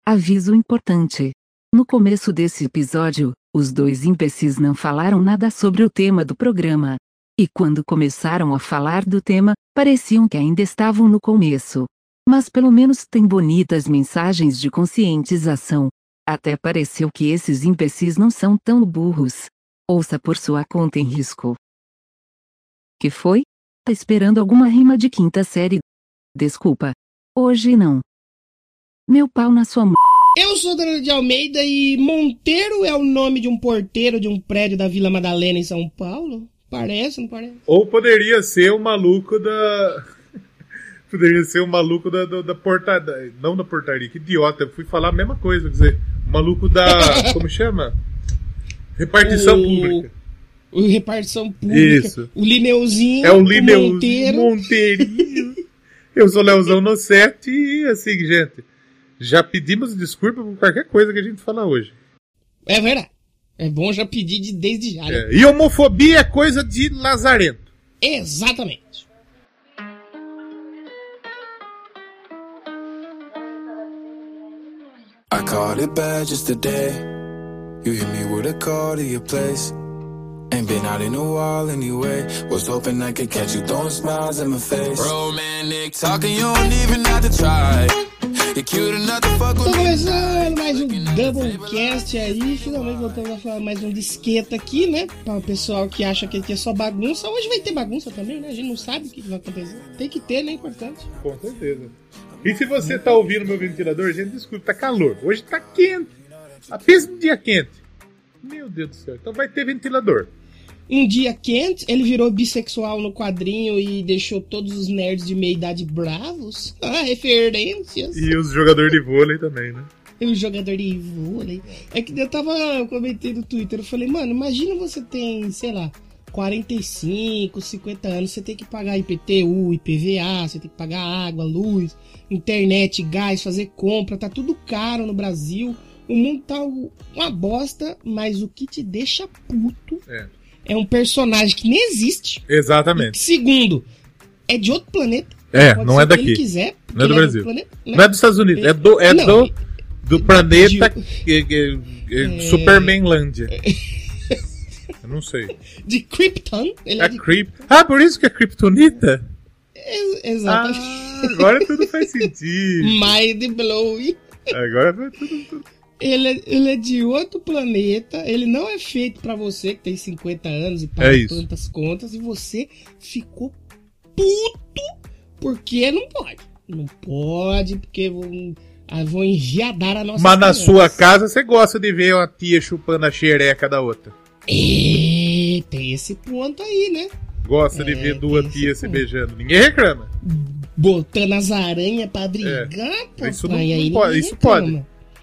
Aviso importante. No começo desse episódio, os dois imbecis não falaram nada sobre o tema do programa. E quando começaram a falar do tema, pareciam que ainda estavam no começo. Mas pelo menos tem bonitas mensagens de conscientização. Até pareceu que esses imbecis não são tão burros. Ouça por sua conta em risco. Que foi? Tá esperando alguma rima de quinta série? Desculpa. Hoje não. Meu pau na sua mão. Eu sou Danilo de Almeida e Monteiro é o nome de um porteiro de um prédio da Vila Madalena em São Paulo? Parece, não parece? Ou poderia ser o maluco da... Poderia ser o maluco da portaria. Não da portaria, que idiota. Eu fui falar a mesma coisa, quer dizer, o maluco da... Como chama? Repartição pública. O repartição pública. Isso. O Lineuzinho. É o Lineuzinho. Monteirinho. Eu sou Leozão no 7 e assim, gente, já pedimos desculpa por qualquer coisa que a gente fala hoje. É verdade. É bom já pedir desde já. Né? E homofobia é coisa de lazarento. Exatamente. I caught it bad just today. You hit me with a call to your place. Ain't been out in a while anyway. Was hoping I could catch you throwing smiles in my face. Romantic talking, you don't even have to try. You're cute enough to fuck with me. Começando mais um Doublecast aí. Finalmente voltamos a falar mais um disqueta aqui, né? Para o pessoal que acha que aqui é só bagunça. Hoje vai ter bagunça também, né? A gente não sabe o que vai acontecer. Tem que ter, né? É importante. Com certeza. E se você tá ouvindo meu ventilador, gente, desculpa, tá calor. Hoje tá quente. Apenas um dia quente. Meu Deus do céu. Então vai ter ventilador. Um dia quente, ele virou bissexual no quadrinho e deixou todos os nerds de meia idade bravos. Ah, referências. E os jogadores de vôlei também, né? E o jogador de vôlei. É que eu comentei no Twitter, eu falei, mano, imagina você tem, sei lá, 45, 50 anos, você tem que pagar IPTU, IPVA, você tem que pagar água, luz, internet, gás, fazer compra, tá tudo caro no Brasil. O mundo tá uma bosta, mas o que te deixa puto é um personagem que nem existe. Exatamente. Segundo, é de outro planeta. Não é daqui. Ele quiser, não é do Brasil. Planeta, né? Não é dos Estados Unidos. Do planeta Supermanlândia. Eu não sei. De Krypton. Ele é de Krypton. Ah, por isso que é Kryptonita? Exatamente. Agora tudo faz sentido. Mind blowing. Agora vai tudo. Ele é de outro planeta, ele não é feito pra você que tem 50 anos e paga tantas contas, e você ficou puto porque não pode. Não pode, porque vão enviadar a nossa Mas na sua casa você gosta de ver uma tia chupando a xereca da outra. Tem esse ponto aí, né? Gosta de ver duas tias se beijando. Ninguém reclama. Botando as aranhas pra brigar, isso não pode. Isso pode.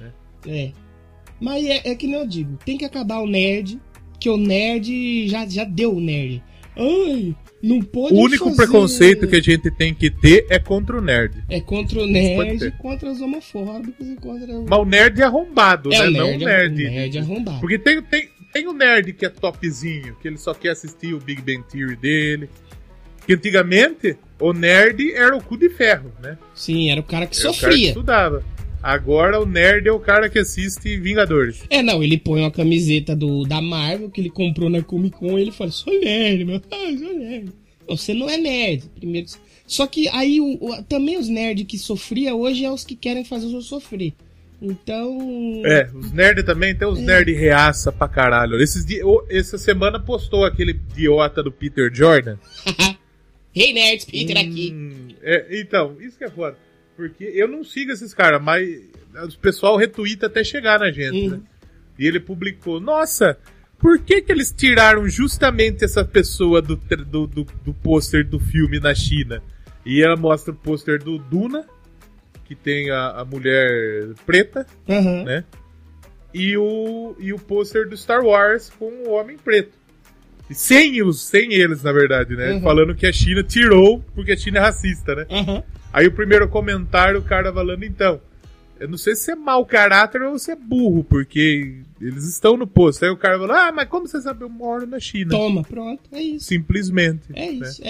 Mas é que nem eu digo, tem que acabar o nerd, que o nerd já deu o nerd. Ai, não pode. O único preconceito que a gente tem que ter é contra o nerd. É contra o nerd, contra os homofóbicos e contra... Mas o nerd é arrombado, né? Não o nerd. O nerd é arrombado. Porque tem o nerd que é topzinho, que ele só quer assistir o Big Bang Theory dele. Que antigamente o nerd era o cu de ferro, né? Sim, era o cara que sofria. O cara que estudava. Agora o nerd é o cara que assiste Vingadores. Ele põe uma camiseta da Marvel que ele comprou na Comic Con e ele fala, sou nerd, meu. Sou nerd. Não, você não é nerd. Primeiro. Só que aí também os nerds que sofria hoje é os que querem fazer os outros sofrer. Então... os nerds também, tem os nerds reaça pra caralho. Essa semana postou aquele idiota do Peter Jordan. Hey nerds, Peter aqui. Então, isso que é foda. Porque eu não sigo esses caras, mas o pessoal retuita até chegar na gente, né? E ele publicou, nossa, por que eles tiraram justamente essa pessoa do pôster do filme na China? E ela mostra o pôster do Duna, que tem a mulher preta, né? E o pôster do Star Wars com o homem preto. E sem eles, na verdade, né? Falando que a China tirou porque a China é racista, né? Aí o primeiro comentário, o cara falando, então, eu não sei se é mau caráter ou se é burro, porque eles estão no posto. Aí o cara falou, mas como você sabe, eu moro na China. Toma, pronto, é isso. Simplesmente. É isso, né? é isso.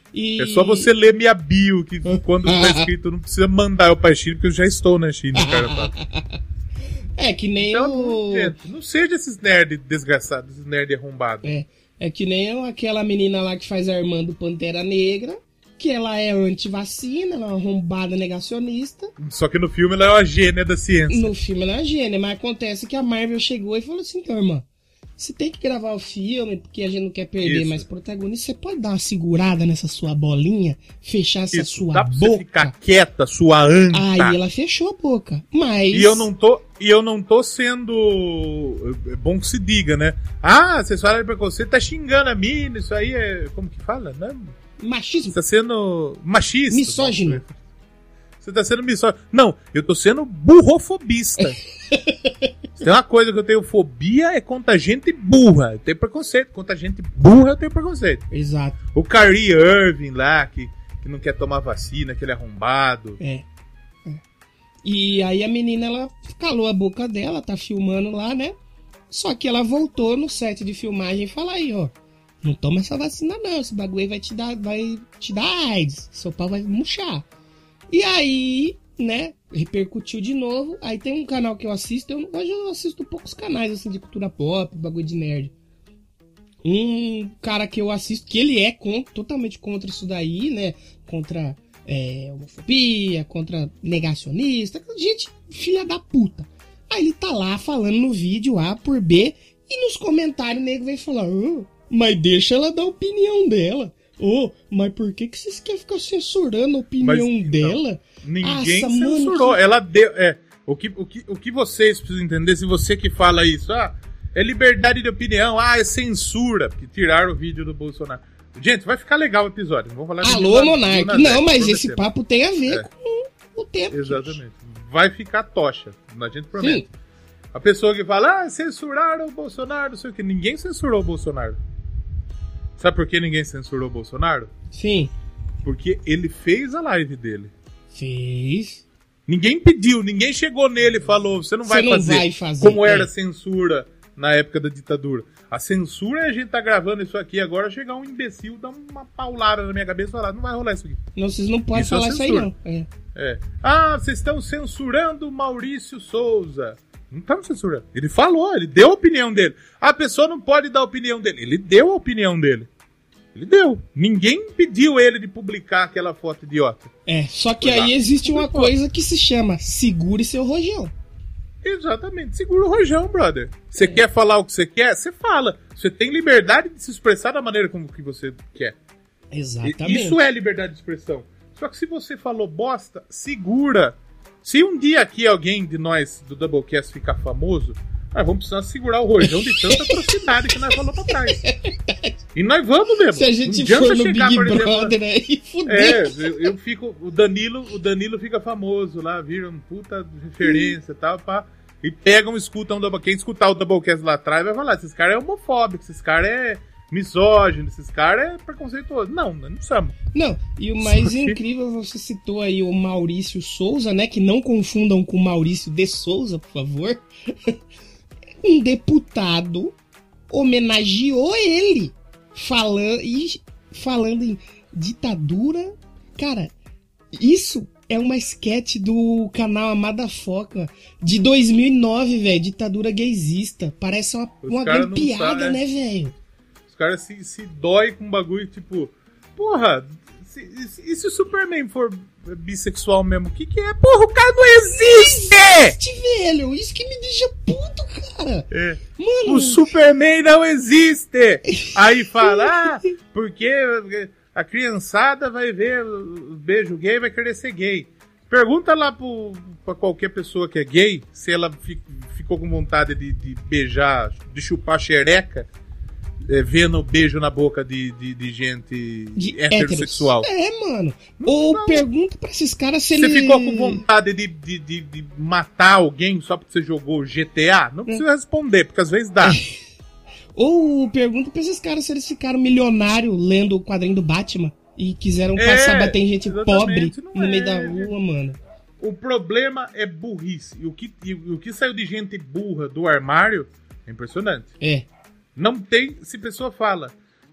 E... É só você ler minha bio, que quando tá escrito não precisa mandar eu pra China, porque eu já estou na China, cara. É que nem então, gente, não seja esses nerds desgraçados, esses nerds arrombados. É que nem aquela menina lá que faz a irmã do Pantera Negra, que ela é anti-vacina, ela é uma arrombada negacionista. Só que no filme ela é uma gênia da ciência. No filme ela é uma gênia, mas acontece que a Marvel chegou e falou assim, então, irmã, você tem que gravar o filme, porque a gente não quer perder mais protagonista. Você pode dar uma segurada nessa sua bolinha, fechar essa sua dá pra boca. Você ficar quieta, sua anta. Aí ela fechou a boca, mas... E eu não tô sendo... É bom que se diga, né? Ah, vocês falaram de preconceito, tá xingando a mina, isso aí é... Como que fala? Não é... Machismo. Você tá sendo machista. Misógino. Você tá sendo misógino. Não, eu tô sendo burrofobista. Se tem uma coisa que eu tenho fobia é contra gente burra. Eu tenho preconceito. Contra gente burra eu tenho preconceito. Exato. O Kyrie Irving lá, que não quer tomar vacina, aquele arrombado. E aí a menina, ela calou a boca dela, tá filmando lá, né? Só que ela voltou no set de filmagem e falou aí, ó. Não toma essa vacina não, esse bagulho aí vai te dar AIDS. Seu pau vai murchar. E aí, né, repercutiu de novo. Aí tem um canal que eu assisto, hoje eu assisto poucos canais assim de cultura pop, bagulho de nerd. Um cara que eu assisto, que ele é totalmente contra isso daí, né, contra homofobia, contra negacionista, gente, filha da puta. Aí ele tá lá falando no vídeo A por B, e nos comentários o nego vem falar, mas deixa ela dar a opinião dela. Mas por que vocês querem ficar censurando a opinião dela? Ninguém censurou. Ela deu. O que vocês precisam entender, se você que fala isso, é liberdade de opinião, é censura, porque tiraram o vídeo do Bolsonaro. Gente, vai ficar legal o episódio. Vamos falar Alô, Monark. Não, mas esse papo tem a ver com o tempo. Exatamente. Gente. Vai ficar tocha. A gente promete. Sim. A pessoa que fala, censuraram o Bolsonaro, não sei o que. Ninguém censurou o Bolsonaro. Sabe por que ninguém censurou o Bolsonaro? Sim. Porque ele fez a live dele. Fez. Ninguém pediu, ninguém chegou nele e falou, você não vai fazer como era a censura na época da ditadura. A censura é a gente tá gravando isso aqui agora, chegar um imbecil, dar uma paulada na minha cabeça e falar, não vai rolar isso aqui. Não, vocês não podem falar isso aí não. Vocês estão censurando Maurício Souza. Não estamos censurando. Ele falou, ele deu a opinião dele. A pessoa não pode dar a opinião dele. Ele deu a opinião dele. Ele deu. Ninguém impediu ele de publicar aquela foto idiota. Só que aí existe uma coisa que se chama segure seu rojão. Exatamente. Segura o rojão, brother. Você quer falar o que você quer? Você fala. Você tem liberdade de se expressar da maneira como que você quer. Exatamente. Isso é liberdade de expressão. Só que se você falou bosta, segura. Se um dia aqui alguém de nós do Doublecast ficar famoso, nós vamos precisar segurar o rojão de tanta atrocidade que nós falamos pra trás. E nós vamos mesmo. Se a gente for no Big Brother aí, fudeu. Eu fico... O Danilo fica famoso lá, vira uma puta referência e tal, pá. E pegam, escutam o Doublecast. Quem escutar o Doublecast lá atrás vai falar, esses caras é homofóbico, esses caras é misógino, esses caras é preconceituoso. Não somos. Não, e o mais incrível, você citou aí o Maurício Souza, né? Que não confundam com o Maurício de Souza, por favor. Um deputado homenageou ele falando em ditadura. Cara, isso é uma sketch do canal Amada Foca de 2009, velho. Ditadura gaysista. Parece uma grande piada, né, velho? Os caras se dói com um bagulho, tipo... Porra, e se o Superman for bissexual mesmo? O que é? Porra, o cara não existe! Velho, isso que me deixa puto, cara. Mano... O Superman não existe! Aí fala, porque a criançada vai ver o beijo gay e vai querer ser gay. Pergunta lá pra qualquer pessoa que é gay, se ela ficou com vontade de beijar, de chupar xereca, vendo beijo na boca de gente heterossexual. Mano. Ou pergunta pra esses caras se Você ficou com vontade de matar alguém só porque você jogou GTA? Não precisa responder, porque às vezes dá. Ou pergunta pra esses caras se eles ficaram milionários lendo o quadrinho do Batman e quiseram passar a bater em gente pobre no meio da rua, mano. O problema é burrice. E o que saiu de gente burra do armário é impressionante. É. Não tem... Se a pessoa fala...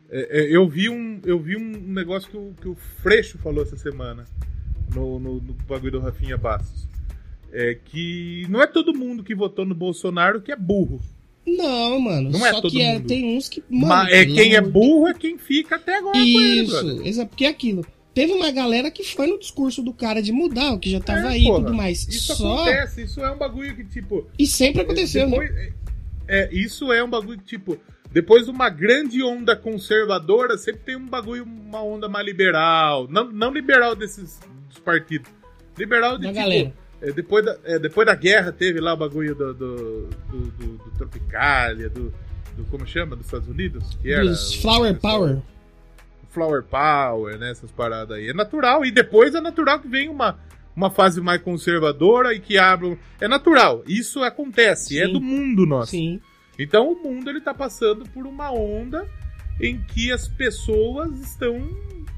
Eu vi um negócio que o Freixo falou essa semana no bagulho do Rafinha Bastos. Que não é todo mundo que votou no Bolsonaro que é burro. Não, mano. Não é todo mundo. Tem uns que... Mano, quem é burro é quem fica até agora com ele, brother. Exato. Porque é aquilo. Teve uma galera que foi no discurso do cara de mudar, o que já tava aí e tudo mais. Isso acontece, isso é um bagulho que, tipo... E sempre aconteceu, depois, né? Isso é um bagulho que, tipo... Depois de uma grande onda conservadora, sempre tem um bagulho, uma onda mais liberal. Não liberal dos partidos. Liberal de, da tipo... galera. Depois da guerra teve lá o bagulho do Tropicália, como chama? Dos Estados Unidos? Que era dos Flower Power. Flower Power, né? Essas paradas aí. É natural. E depois é natural que venha uma fase mais conservadora e que abra... É natural. Isso acontece. Sim. É do mundo nosso. Sim. Então o mundo ele tá passando por uma onda em que as pessoas estão...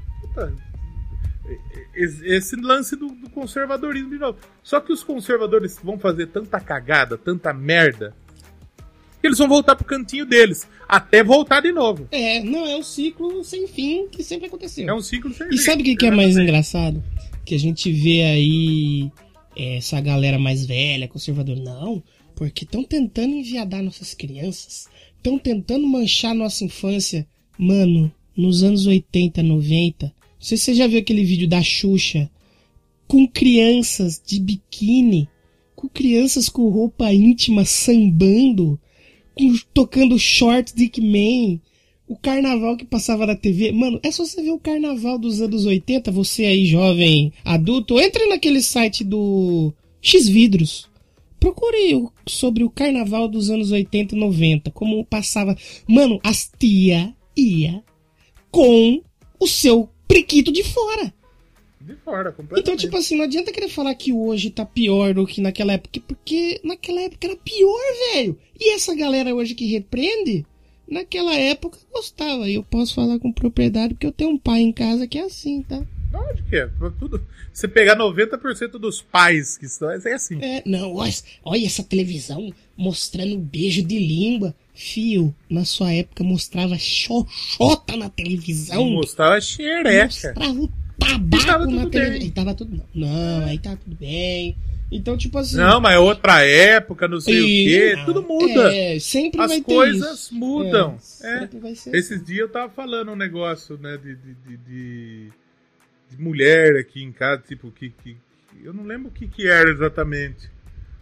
Esse lance do conservadorismo de novo. Só que os conservadores vão fazer tanta cagada, tanta merda, que eles vão voltar pro cantinho deles, até voltar de novo. É um ciclo sem fim que sempre aconteceu. É um ciclo sem fim. E sabe o que é mais engraçado? Que a gente vê aí essa galera mais velha, conservadora. Não, porque estão tentando enviadar nossas crianças, estão tentando manchar nossa infância. Mano, nos anos 80, 90... Não sei se você já viu aquele vídeo da Xuxa com crianças de biquíni, com crianças com roupa íntima sambando, tocando short Dick Man, o carnaval que passava na TV. Mano, é só você ver o carnaval dos anos 80, você aí jovem adulto, entre naquele site do Xvidros. Procure sobre o carnaval dos anos 80 e 90, como passava. Mano, as tia ia com o seu priquito de fora. De fora, completamente. Então, tipo assim, não adianta querer falar que hoje tá pior do que naquela época, porque naquela época era pior, velho. E essa galera hoje que repreende, naquela época gostava. E eu posso falar com propriedade porque eu tenho um pai em casa que é assim, tá? Onde que é? Tudo. Você pegar 90% dos pais que estão, é assim. Não, olha essa televisão mostrando beijo de língua. Fio, na sua época mostrava xoxota na televisão. Mostrava xereca. Mostrava o tabaco na televisão. E tava tudo... Não, aí tá tudo bem. Então, tipo assim... Não, mas é outra época, não sei o quê. Tudo muda. Sempre as vai ter coisas isso. Mudam. Sempre vai ser Esses dias eu tava falando um negócio, né, de mulher aqui em casa, tipo, que eu não lembro o que era exatamente.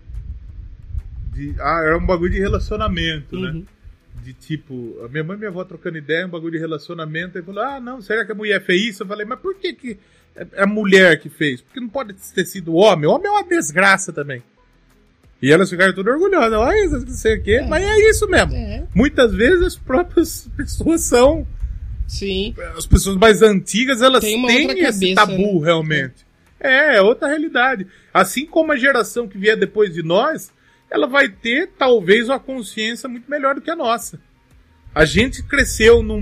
Era um bagulho de relacionamento, né? De tipo, a minha mãe e minha avó trocando ideia, um bagulho de relacionamento, e falou, não, será que a mulher fez isso? Eu falei, mas por que é a mulher que fez? Porque não pode ter sido o homem. O homem é uma desgraça também. E elas ficaram todas orgulhosas, olha isso, não sei o quê, mas é isso mesmo. Muitas vezes as próprias pessoas são... Sim. As pessoas mais antigas, elas têm esse tabu, né? Realmente. É outra realidade. Assim como a geração que vier depois de nós, ela vai ter, talvez, uma consciência muito melhor do que a nossa. A gente cresceu num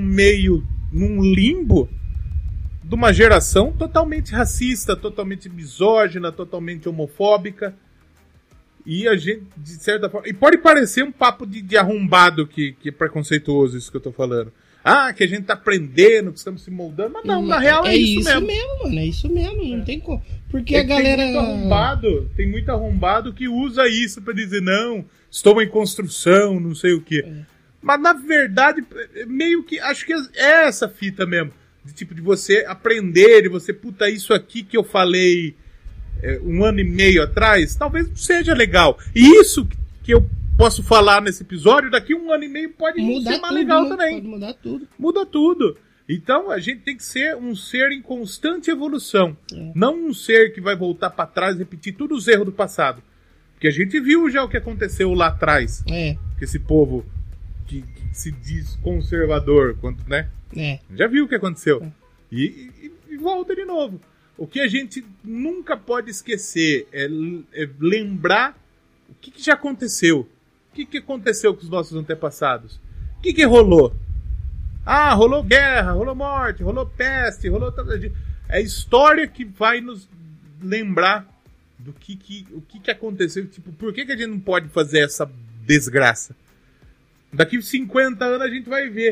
limbo de uma geração totalmente racista, totalmente misógina, totalmente homofóbica. E a gente, de certa forma... E pode parecer um papo de arrombado que é preconceituoso isso que eu tô falando. Que a gente tá aprendendo, que estamos se moldando. Mas não, na real é isso mesmo. Mano, é isso mesmo, não tem como. Porque a galera... Tem muito arrombado que usa isso pra dizer, não, estou em construção, não sei o quê. Mas na verdade, meio que, acho que é essa fita mesmo. De você aprender, de você, isso aqui que eu falei 1 ano e meio atrás, talvez não seja legal. E isso que eu posso falar nesse episódio, daqui 1 ano e meio pode ser mais legal também. Pode mudar tudo. Muda tudo. Então a gente tem que ser um ser em constante evolução. Não um ser que vai voltar pra trás e repetir todos os erros do passado. Porque a gente viu já o que aconteceu lá atrás. Com esse povo que se diz conservador, né? Já viu o que aconteceu. E volta de novo. O que a gente nunca pode esquecer é lembrar o que já aconteceu. O que aconteceu com os nossos antepassados? O que rolou? Rolou guerra, rolou morte, rolou peste, rolou... É a história que vai nos lembrar do que aconteceu. Tipo, por que a gente não pode fazer essa desgraça? Daqui 50 anos a gente vai ver.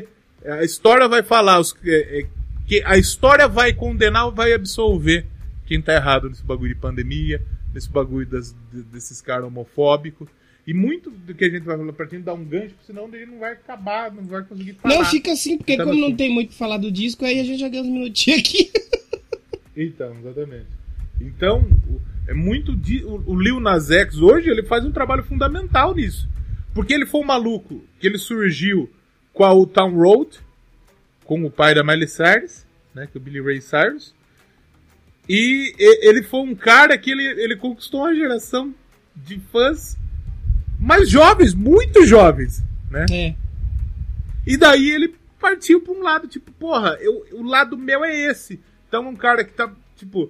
A história vai falar, que a história vai condenar ou vai absolver quem tá errado nesse bagulho de pandemia, nesse bagulho desses caras homofóbicos. E muito do que a gente vai falar pra gente dar um gancho, senão ele não vai acabar, não vai conseguir falar. Não, fica assim, porque então, como não tem muito pra falar do disco, aí a gente já ganha uns minutinhos aqui. Então, exatamente. Então, é muito... O Lil Nas X hoje, ele faz um trabalho fundamental nisso. Porque ele foi um maluco, que ele surgiu com a Old Town Road, com o pai da Miley Cyrus, né, que é o Billy Ray Cyrus. E ele foi um cara que ele conquistou uma geração de fãs mais jovens, muito jovens, né? É. E daí ele partiu pra um lado, tipo, porra, o lado meu é esse. Então um cara que tá, tipo,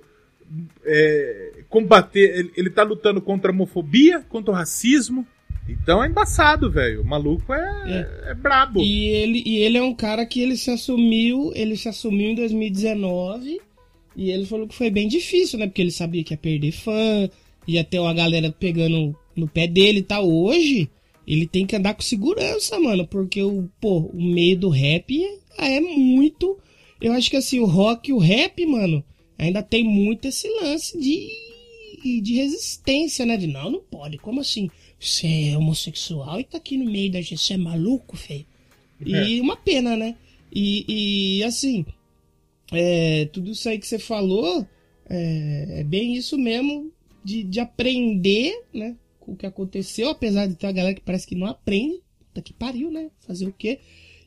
combater, ele tá lutando contra a homofobia, contra o racismo. Então é embaçado, velho. O maluco é brabo. E ele é um cara que ele se assumiu em 2019 e ele falou que foi bem difícil, né? Porque ele sabia que ia perder fã, ia ter uma galera pegando no pé dele e tal. Hoje, ele tem que andar com segurança, mano, porque o meio do rap é muito... Eu acho que assim, o rock e o rap, mano, ainda tem muito esse lance de resistência, né? De não pode, como assim? Você é homossexual e tá aqui no meio da gente, você é maluco, feio? E uma pena, né? E assim, tudo isso aí que você falou, é bem isso mesmo, de aprender, né? Com o que aconteceu, apesar de ter uma galera que parece que não aprende. Puta que pariu, né? Fazer o quê?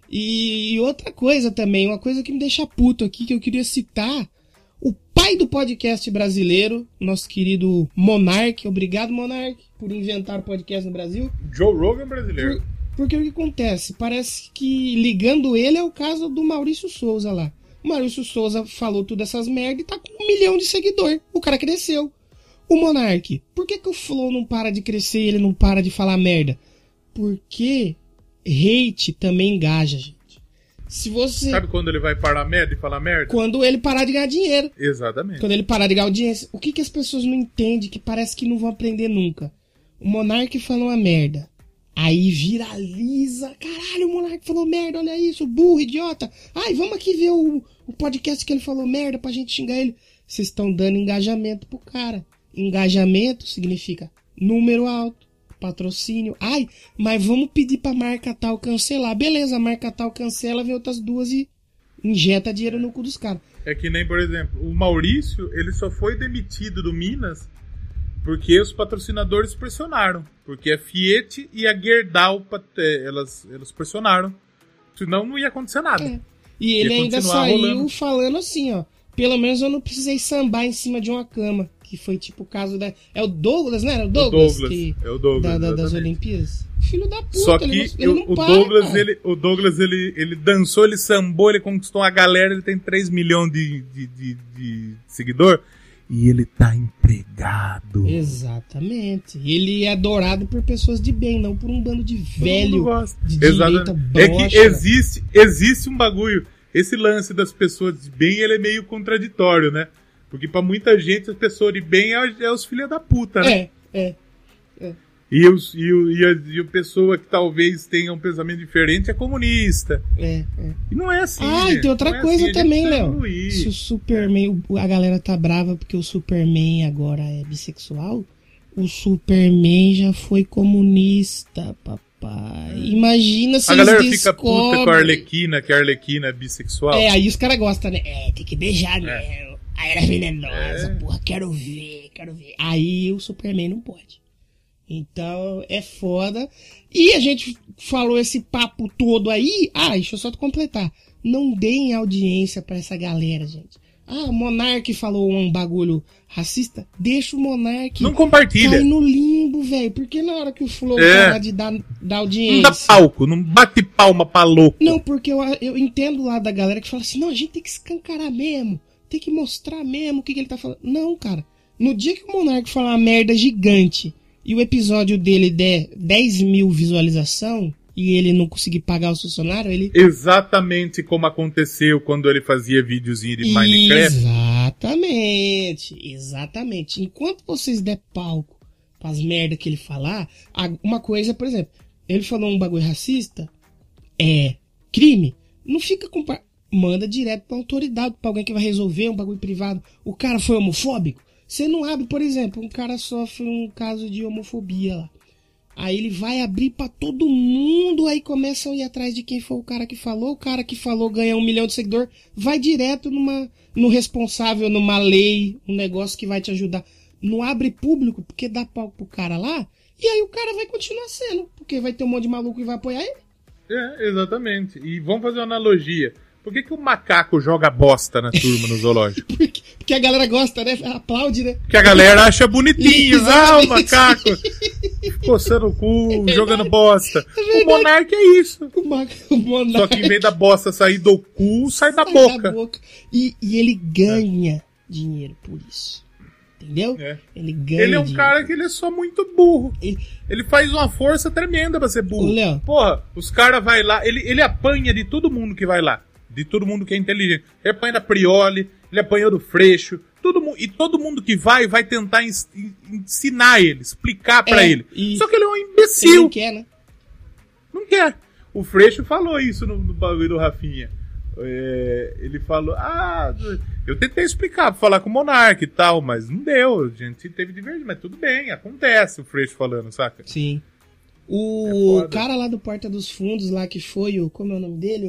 E outra coisa também, uma coisa que me deixa puto aqui, que eu queria citar, o pai do podcast brasileiro, nosso querido Monark. Obrigado, Monark, por inventar o podcast no Brasil. Joe Rogan brasileiro. Porque o que acontece? Parece que ligando ele é o caso do Maurício Souza lá. O Maurício Souza falou todas essas merda e tá com 1 milhão de seguidor. O cara cresceu. O Monark, por que o Flow não para de crescer e ele não para de falar merda? Porque hate também engaja, gente. Se você... Sabe quando ele vai parar merda e falar merda? Quando ele parar de ganhar dinheiro. Exatamente. Quando ele parar de ganhar audiência. O que as pessoas não entendem, que parece que não vão aprender nunca? O Monark falou uma merda. Aí viraliza. Caralho, o Monark falou merda, olha isso, burro, idiota. Ai, vamos aqui ver o podcast que ele falou merda pra gente xingar ele. Vocês estão dando engajamento pro cara. Engajamento significa número alto, patrocínio. Ai, mas vamos pedir pra marca tal cancelar. Beleza, a marca tal cancela, vem outras duas e injeta dinheiro no cu dos caras. É que nem, por exemplo, o Maurício, ele só foi demitido do Minas porque os patrocinadores pressionaram. Porque a Fiat e a Gerdau, elas pressionaram. Senão não ia acontecer nada. E ele ainda saiu falando assim, ó. Pelo menos eu não precisei sambar em cima de uma cama. Que foi tipo o caso da... É o Douglas, né? Era o Douglas. É o Douglas, das Olimpíadas. Filho da puta. Só que ele não para, o Douglas, ele dançou, ele sambou, ele conquistou uma galera, ele tem 3 milhões de seguidor. E ele tá empregado. Exatamente. Ele é adorado por pessoas de bem, não por um bando de velho de direita broxa. É que existe um bagulho. Esse lance das pessoas de bem, ele é meio contraditório, né? Porque pra muita gente, as pessoas de bem é os filhos da puta, né? E a pessoa que talvez tenha um pensamento diferente é comunista. E não é assim. E tem outra coisa assim, também, Léo. Se o Superman... A galera tá brava porque o Superman agora é bissexual. O Superman já foi comunista, papai. Imagina se a galera fica puta com a Arlequina, que a Arlequina é bissexual. Aí os caras gostam, né? Tem que beijar, né? Aí era venenosa, porra, quero ver. Aí o Superman não pode. Então, é foda. E a gente falou esse papo todo aí. Deixa eu só te completar. Não deem audiência pra essa galera, gente. O Monark falou um bagulho racista. Deixa o Monark... Não compartilha. Cair no limbo, velho. Porque na hora que o Flow parar de dar audiência... Não dá palco, não bate palma pra louco. Não, porque eu entendo lá da galera que fala assim, não, a gente tem que escancarar mesmo. Tem que mostrar mesmo o que ele tá falando. Não, cara. No dia que o Monark falar uma merda gigante e o episódio dele der 10 mil visualização e ele não conseguir pagar os funcionários, ele... Exatamente como aconteceu quando ele fazia videozinho de Minecraft. Exatamente. Enquanto vocês der palco pras merdas que ele falar, uma coisa, por exemplo, ele falou um bagulho racista, é crime, Não fica manda direto pra autoridade, pra alguém que vai resolver um bagulho privado. O cara foi homofóbico? Você não abre, por exemplo, um cara sofre um caso de homofobia lá. Aí ele vai abrir pra todo mundo, aí começam a ir atrás de quem foi o cara que falou ganha 1 milhão de seguidor, vai direto no responsável, numa lei, um negócio que vai te ajudar. Não abre público, porque dá palco pro cara lá, e aí o cara vai continuar sendo, porque vai ter um monte de maluco que vai apoiar ele. Exatamente. E vamos fazer uma analogia. Por que o macaco joga bosta na turma no zoológico? Porque a galera gosta, né? Aplaude, né? Porque a galera acha bonitinho. O macaco coçando o cu, jogando bosta. O Monark é isso. O Monark. Só que em vez da bosta sair do cu, sai da boca. E ele ganha dinheiro por isso. Entendeu? Ele ganha. Ele é um cara que ele é só muito burro. Ele faz uma força tremenda pra ser burro. Léo. Porra, os caras vai lá, ele apanha de todo mundo que vai lá. De todo mundo que é inteligente. Ele apanha da Prioli, ele apanhou do Freixo. Todo mundo que vai tentar ensinar ele, explicar pra ele. Só que ele é um imbecil. Ele não quer, né? Não quer. O Freixo falou isso no bagulho do Rafinha. Ele falou, eu tentei explicar, pra falar com o Monark e tal, mas não deu, a gente teve divergência, mas tudo bem, acontece, o Freixo falando, saca? Sim. O cara lá do Porta dos Fundos, lá que foi como é o nome dele?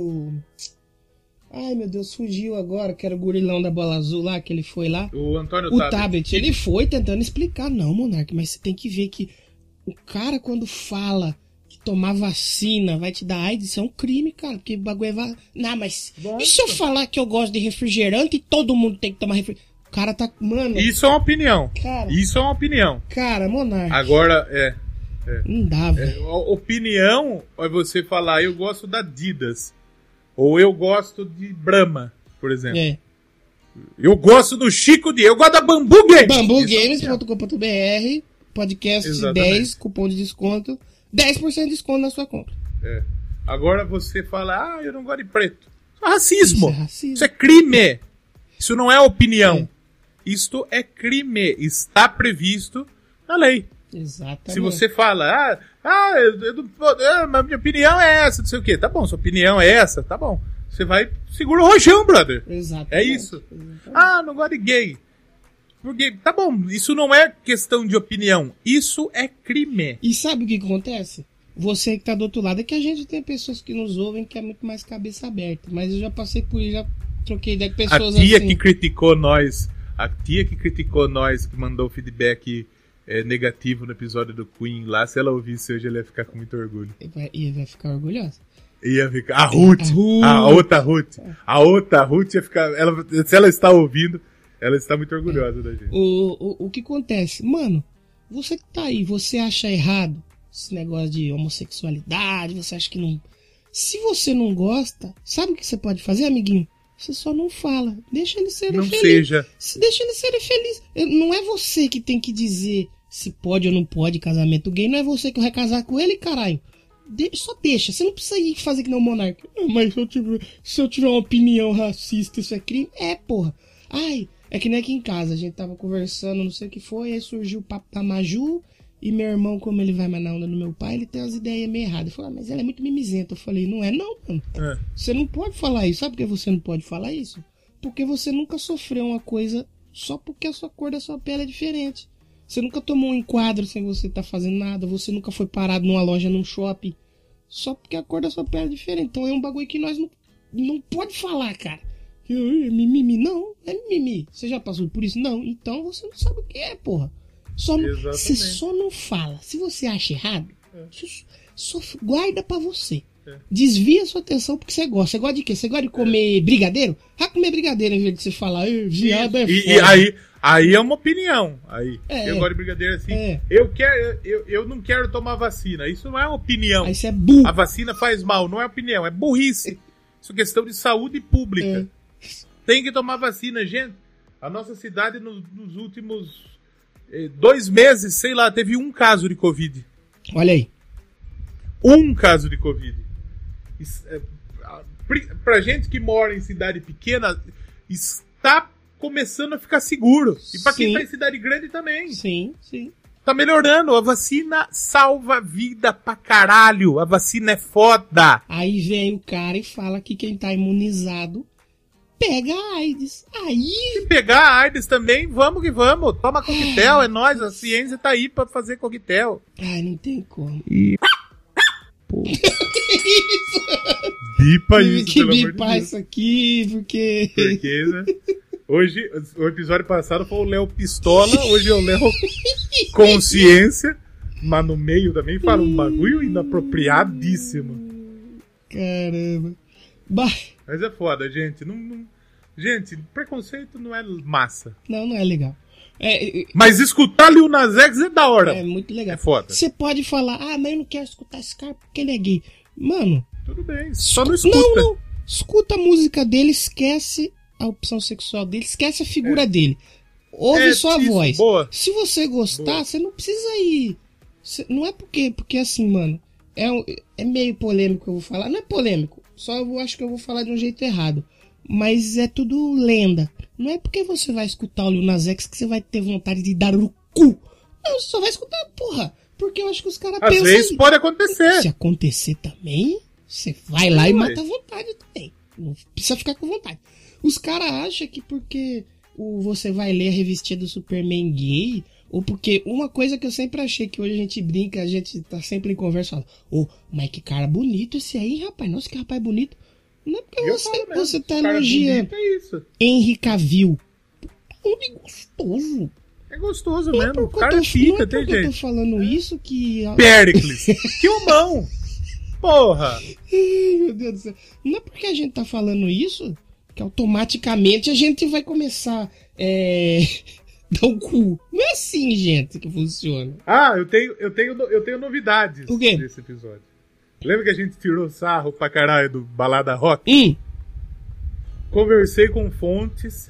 Ai, meu Deus, fugiu agora, que era o gurilão da bola azul lá, que ele foi lá. O Antônio Tabet. Ele foi tentando explicar, não, Monark, mas você tem que ver que o cara quando fala que tomar vacina vai te dar AIDS, isso é um crime, cara, porque o bagulho é... Não, mas e se eu falar que eu gosto de refrigerante e todo mundo tem que tomar refrigerante? O cara tá... Mano... Isso é uma opinião. Cara, isso é uma opinião. Cara, Monark... Agora, não dá, velho. Opinião é você falar, eu gosto da Adidas. Ou eu gosto de Brahma, por exemplo. Eu gosto do Chico Dias. Eu gosto da Bambu Games. BambuGames.com.br Podcast Exatamente. 10, cupom de desconto. 10% de desconto na sua compra. Agora você fala, eu não gosto de preto. Isso é racismo. Racismo. Isso é crime. Isso não é opinião. Isto é crime. Está previsto na lei. Exatamente. Se você fala, mas minha opinião é essa, não sei o quê. Tá bom, sua opinião é essa, tá bom. Você vai, segura o rojão, brother. Exatamente. É isso. Exatamente. Não gosto de gay. Porque, tá bom, isso não é questão de opinião. Isso é crime. E sabe o que acontece? Você que tá do outro lado, é que a gente tem pessoas que nos ouvem que é muito mais cabeça aberta. Mas eu já passei por isso, já troquei ideia com pessoas assim. A tia que criticou nós, que mandou feedback negativo no episódio do Queen lá, se ela ouvisse hoje, ela ia ficar com muito orgulho. E vai ficar orgulhosa. Ia ficar. A Ruth. A outra Ruth ia ficar. Se ela está ouvindo, ela está muito orgulhosa da gente. O que acontece? Mano, você que tá aí, você acha errado esse negócio de homossexualidade, você acha que não... Se você não gosta, sabe o que você pode fazer, amiguinho? Você só não fala. Deixa ele ser feliz. Deixa ele ser feliz. Não é você que tem que dizer se pode ou não pode casamento gay. Não é você que vai casar com ele, caralho. Só deixa. Você não precisa ir fazer que nem o Monark. Mas se eu tiver uma opinião racista, isso é crime? Porra. É que nem aqui em casa. A gente tava conversando, não sei o que foi. Aí surgiu o papo da Maju. E meu irmão, como ele vai mais na onda do meu pai, ele tem umas ideias meio erradas. Ele falou, mas ela é muito mimizenta. Eu falei, não, mano. Você não pode falar isso. Sabe por que você não pode falar isso? Porque você nunca sofreu uma coisa só porque a sua cor da sua pele é diferente. Você nunca tomou um enquadro sem você estar fazendo nada. Você nunca foi parado numa loja, num shopping. Só porque a cor da sua pele é diferente. Então é um bagulho que nós não pode falar, cara. Mimimi. Não, é mimimi. Você já passou por isso? Não. Então você não sabe o que é, porra. Você só não fala. Se você acha errado, só guarda pra você. Desvia sua atenção porque você gosta. Você gosta de quê? Você gosta de comer brigadeiro? Vai comer brigadeiro em vez de você falar, viado é foda. E aí é uma opinião. Eu gosto de brigadeiro assim. Eu não quero tomar vacina. Isso não é uma opinião. Aí você é burro. A vacina faz mal, não é opinião, é burrice. Isso é questão de saúde pública. Tem que tomar vacina, gente. A nossa cidade nos últimos 2 meses, sei lá, teve um caso de Covid. Olha aí. Um caso de Covid. Pra gente que mora em cidade pequena, está começando a ficar seguro. E pra quem tá em cidade grande também. Sim. Tá melhorando. A vacina salva vida pra caralho. A vacina é foda. Aí vem o cara e fala que quem tá imunizado pega a AIDS. Aí... Se pegar a AIDS também, vamos que vamos. Toma coquetel, é nóis. A ciência tá aí pra fazer coquetel. Ai, não tem como. E... Pô. Que isso? Bipa Tive isso, que pelo amor de bipar Deus. isso aqui, porque... Porque, né? Hoje, o episódio passado foi o Léo Pistola, hoje é o Léo Consciência, mas no meio também fala um bagulho inapropriadíssimo. Caramba. Mas é foda, gente. Gente, preconceito não é massa. Não é legal. Mas escutar Lil Nas X é da hora. É muito legal. É foda. Você pode falar, mas eu não quero escutar esse cara porque ele é gay. Mano... Tudo bem, só não escuta. Não. Escuta a música dele, esquece a opção sexual dele, esquece a figura dele. Ouve só a isso, voz. boa. Se você gostar, você não precisa ir. Não é porque assim, mano, é meio polêmico que eu vou falar. Não é polêmico, só eu acho que eu vou falar de um jeito errado. Mas é tudo lenda. Não é porque você vai escutar o Lil Nas X que você vai ter vontade de dar no cu. Não, você só vai escutar, porra. Porque eu acho que os caras pensam... Às vezes pode acontecer. Se acontecer também, você vai lá e mata a vontade também. Não precisa ficar com vontade. Os caras acham que porque você vai ler a revistinha do Superman gay, ou porque uma coisa que eu sempre achei, que hoje a gente brinca, a gente tá sempre em conversa, falando, mas que cara bonito esse aí, rapaz. Nossa, que rapaz bonito. Não é porque você tá elogiando Henry Cavill. Homem gostoso. É gostoso mesmo. O cara fica, tem gente. Eu tô falando isso que... Péricles. Que humão. Porra. Ai, meu Deus do céu. Não é porque a gente tá falando isso que automaticamente a gente vai começar dar o cu. Não é assim, gente, que funciona. Eu tenho novidades o quê? Nesse episódio. Lembra que a gente tirou sarro pra caralho do Balada Rock? Conversei com fontes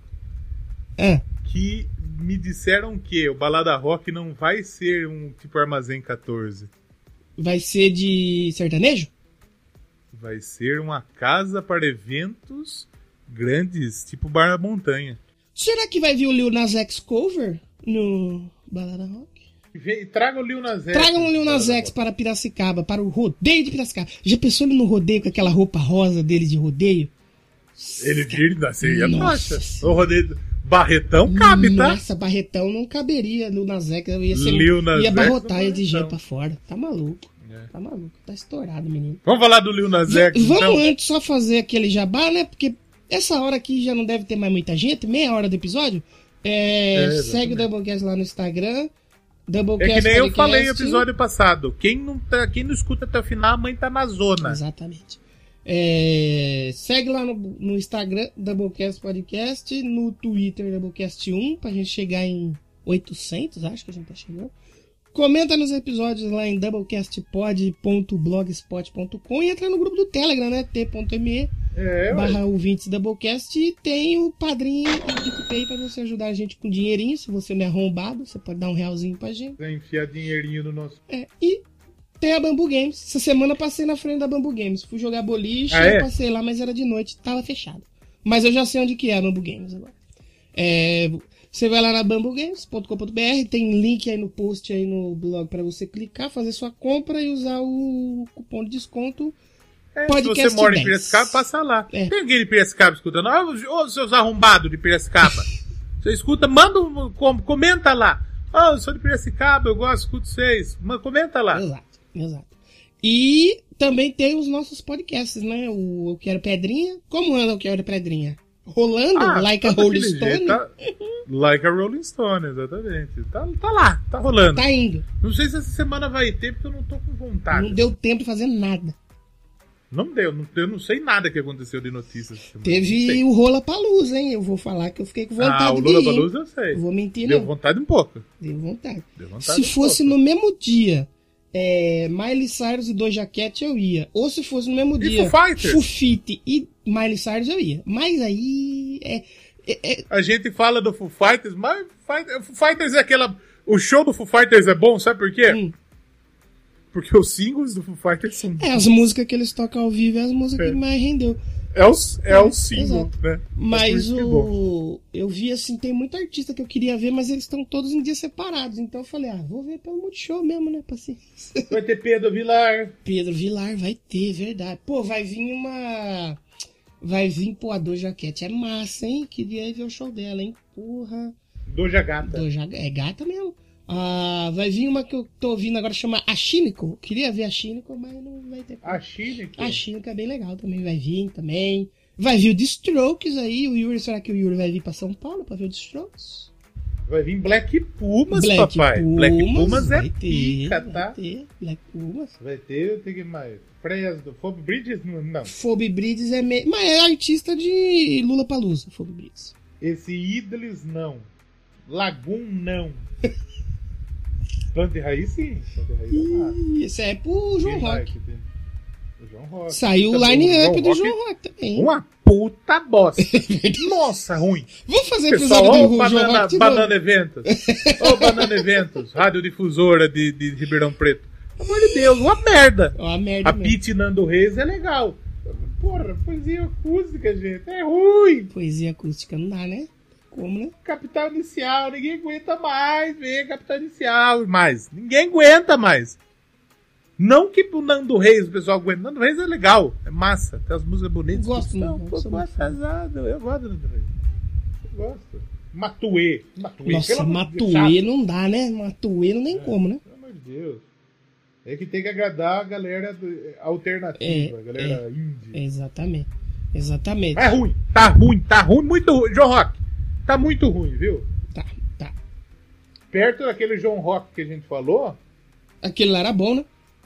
que me disseram que o Balada Rock não vai ser um tipo Armazém 14. Vai ser de sertanejo? Vai ser uma casa para eventos grandes, tipo Bar da Montanha. Será que vai vir o Lil Nas X cover no Balada Rock? Traga o Lil Nas X. Traga o Lil Nas X para Piracicaba, para o rodeio de Piracicaba. Já pensou ele no rodeio com aquela roupa rosa dele de rodeio? Ele nasceria. Nossa, o rodeio... Barretão cabe, tá? Nossa, Barretão não caberia no Nas X. Ia abarrotar de gente pra fora. Tá maluco. Tá maluco. Tá estourado, menino. Vamos falar do Lil Nas X, Vamos antes só fazer aquele jabá, né? Porque essa hora aqui já não deve ter mais muita gente. Meia hora do episódio. Segue o Doublecast lá no Instagram. Doublecast que nem Podcast. Eu falei no episódio passado. Quem não escuta até o final, a mãe tá na zona. Exatamente. Segue lá no Instagram Doublecast Podcast, no Twitter Doublecast1, pra gente chegar em 800, acho que a gente tá chegando. Comenta nos episódios lá em doublecastpod.blogspot.com e entra no grupo do Telegram, né? t.me/ouvintes Doublecast, e tem o padrinho e o PicPay pra você ajudar a gente com dinheirinho. Se você não é arrombado, você pode dar um realzinho pra gente. Enfiar dinheirinho no nosso... E tem a Bambu Games. Essa semana eu passei na frente da Bambu Games. Fui jogar boliche, eu passei lá, mas era de noite, tava fechado. Mas eu já sei onde que é a Bambu Games agora. Você vai lá na bambugames.com.br, tem link aí no post aí no blog pra você clicar, fazer sua compra e usar o cupom de desconto Podcast. Se você mora 10. em Piracicaba, passa lá. Tem alguém de Piracicaba escutando? Ô, seus arrombados de Piracicaba. Você escuta, comenta lá. Eu sou de Piracicaba, eu gosto, escuto vocês. Comenta lá. Exato. E também tem os nossos podcasts, né? O Eu Quero Pedrinha. Como anda o Eu Quero Pedrinha? Rolando, like a Rolling Stone. Like a Rolling Stone, exatamente. Tá lá, tá rolando. Tá indo. Não sei se essa semana vai ter, porque eu não tô com vontade. Não deu tempo de fazer nada. Não deu, eu não sei nada que aconteceu de notícias essa semana. Teve o Lollapalooza, hein? Eu vou falar que eu fiquei com vontade o Lollapalooza eu sei. Eu vou mentir, Deu não. vontade um pouco. Deu vontade. Se fosse no mesmo dia, Miley Cyrus e Doja Cat, eu ia. Ou se fosse no mesmo dia, Foo Fighters e Miley Cyrus, eu ia. Mas aí... A gente fala do Foo Fighters, mas Foo Fighters é aquela... O show do Foo Fighters é bom, sabe por quê? Porque os singles do Foo Fighters são... as músicas que eles tocam ao vivo é as músicas que mais rendeu. É o símbolo, exato. né? Mas eu vi assim, tem muito artista que eu queria ver, mas eles estão todos em dias separados. Então eu falei, vou ver pelo Multishow mesmo, né? Paciência. Vai ter Pedro Vilar. Pedro Vilar vai ter, verdade. Pô, vai vir uma... Vai vir, pô, a Doja Cat é massa, hein? Queria ir ver o show dela, hein? Porra. Doja Gata. É gata mesmo. Vai vir uma que eu tô ouvindo agora, chama Ashinico. Queria ver a Ashinico, mas não vai ter. Ashinico? Ashinico é bem legal também, vai vir também. Vai vir o The Strokes aí, o Yuri, será que o Yuri vai vir pra São Paulo pra ver o The Strokes? Vai vir Black Pumas, papai. Black Pumas é pica, tá? Vai ter Black Pumas. Vai ter, tem que mais. Praias do Phoebe Bridges? Não. Phoebe Bridges é meio... Mas é artista de Lollapalooza, Phoebe Bridges. Esse Idlis, não. Lagoon, não. Planta e Raiz, sim. Planta e Raiz é massa. Esse é pro João Rock. O João Rock. Saiu o line-up do João Rock também. Uma puta bosta. Nossa, ruim. Vamos fazer episódio do João Rock. Banana Eventos. Banana Eventos. Radiodifusora de Ribeirão Preto. Pelo amor de Deus, uma merda. A Pete Nando Reis é legal. Porra, poesia acústica, gente. É ruim. Poesia acústica não dá, né? Como, né? Capital Inicial, ninguém aguenta mais ver Capital Inicial. Ninguém aguenta mais. Não que pro Nando Reis o pessoal aguenta. Nando Reis é legal, é massa, tem as músicas bonitas. Eu gosto, não. Eu gosto do Nando Reis. Eu gosto. Matuê. Nossa, Matuê não dá, né? Matuê não tem como, né? Pelo amor de Deus. É que tem que agradar a galera alternativa, a galera indie. Exatamente. É ruim, tá ruim, muito ruim. João Rock, tá muito ruim, viu? Tá. Perto daquele João Rock que a gente falou... Aquele lá era bom, né?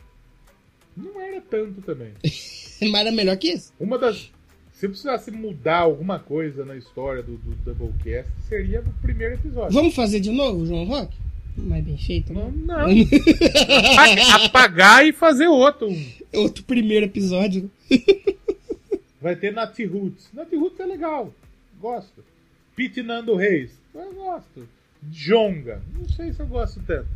Não era tanto também. Mas era melhor que esse. Se precisasse mudar alguma coisa na história do Doublecast, seria o primeiro episódio. Vamos fazer de novo, João Rock? Mais bem feito, né? Não. Apagar e fazer outro. Outro primeiro episódio. Vai ter Nat Roots. Nat Roots é legal. Gosto. Pete Nando Reis. Eu gosto. Jonga. Não sei se eu gosto tanto.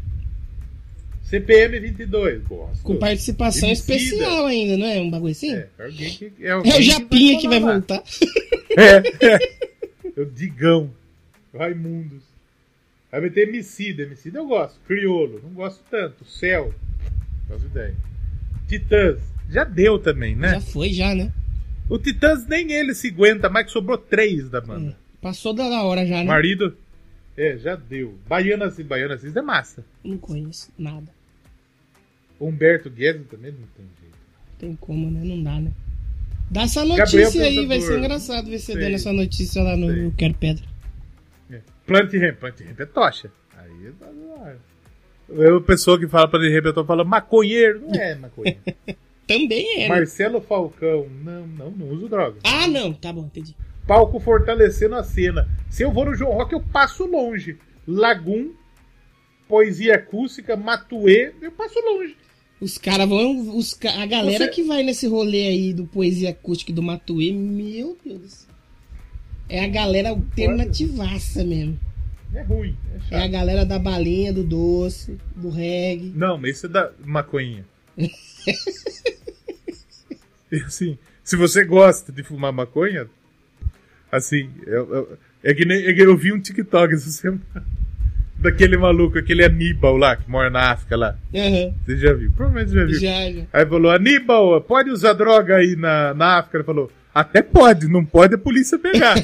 CPM 22. Gosto. Com participação especial ainda, não é? Um bagulho assim? É o Japinha que vai voltar. É o Digão. Raimundos. Vai ter Emicida eu gosto. Criolo, não gosto tanto. Céu, não faço ideia. Titãs, já deu também, né? Já foi, né? O Titãs nem ele se aguenta, mais que sobrou 3 da banda. Passou da hora já, né? Marido, já deu. Baianas é massa. Não conheço nada. Humberto Guedes também não tem jeito. Tem como, né? Não dá, né? Dá essa notícia Gabriel aí, Pensador. Vai ser engraçado ver você dando essa notícia lá no Eu Quero Pedra. Plant Ramp é tocha. Aí o pessoa que fala Plant Ramp, eu tô falando maconheiro, não é maconheiro. Também é. Marcelo Falcão, não uso droga. Ah, não, tá bom, entendi. Palco fortalecendo a cena. Se eu vou no João Rock, eu passo longe. Lagoon, poesia acústica, Matuê, eu passo longe. Os caras vão. A galera que vai nesse rolê aí do poesia acústica e do Matuê, meu Deus. É a galera alternativaça mesmo. É ruim, é chato. É a galera da balinha, do doce, do reggae. Não, mas esse é da maconhinha. Assim, se você gosta de fumar maconha, assim, é que eu vi um TikTok essa semana daquele maluco, aquele Aníbal lá, que mora na África lá. Uhum. Você já viu? Provavelmente já viu. Já. Aí falou, Aníbal, pode usar droga aí na África? Ele falou, até pode, não pode a polícia pegar.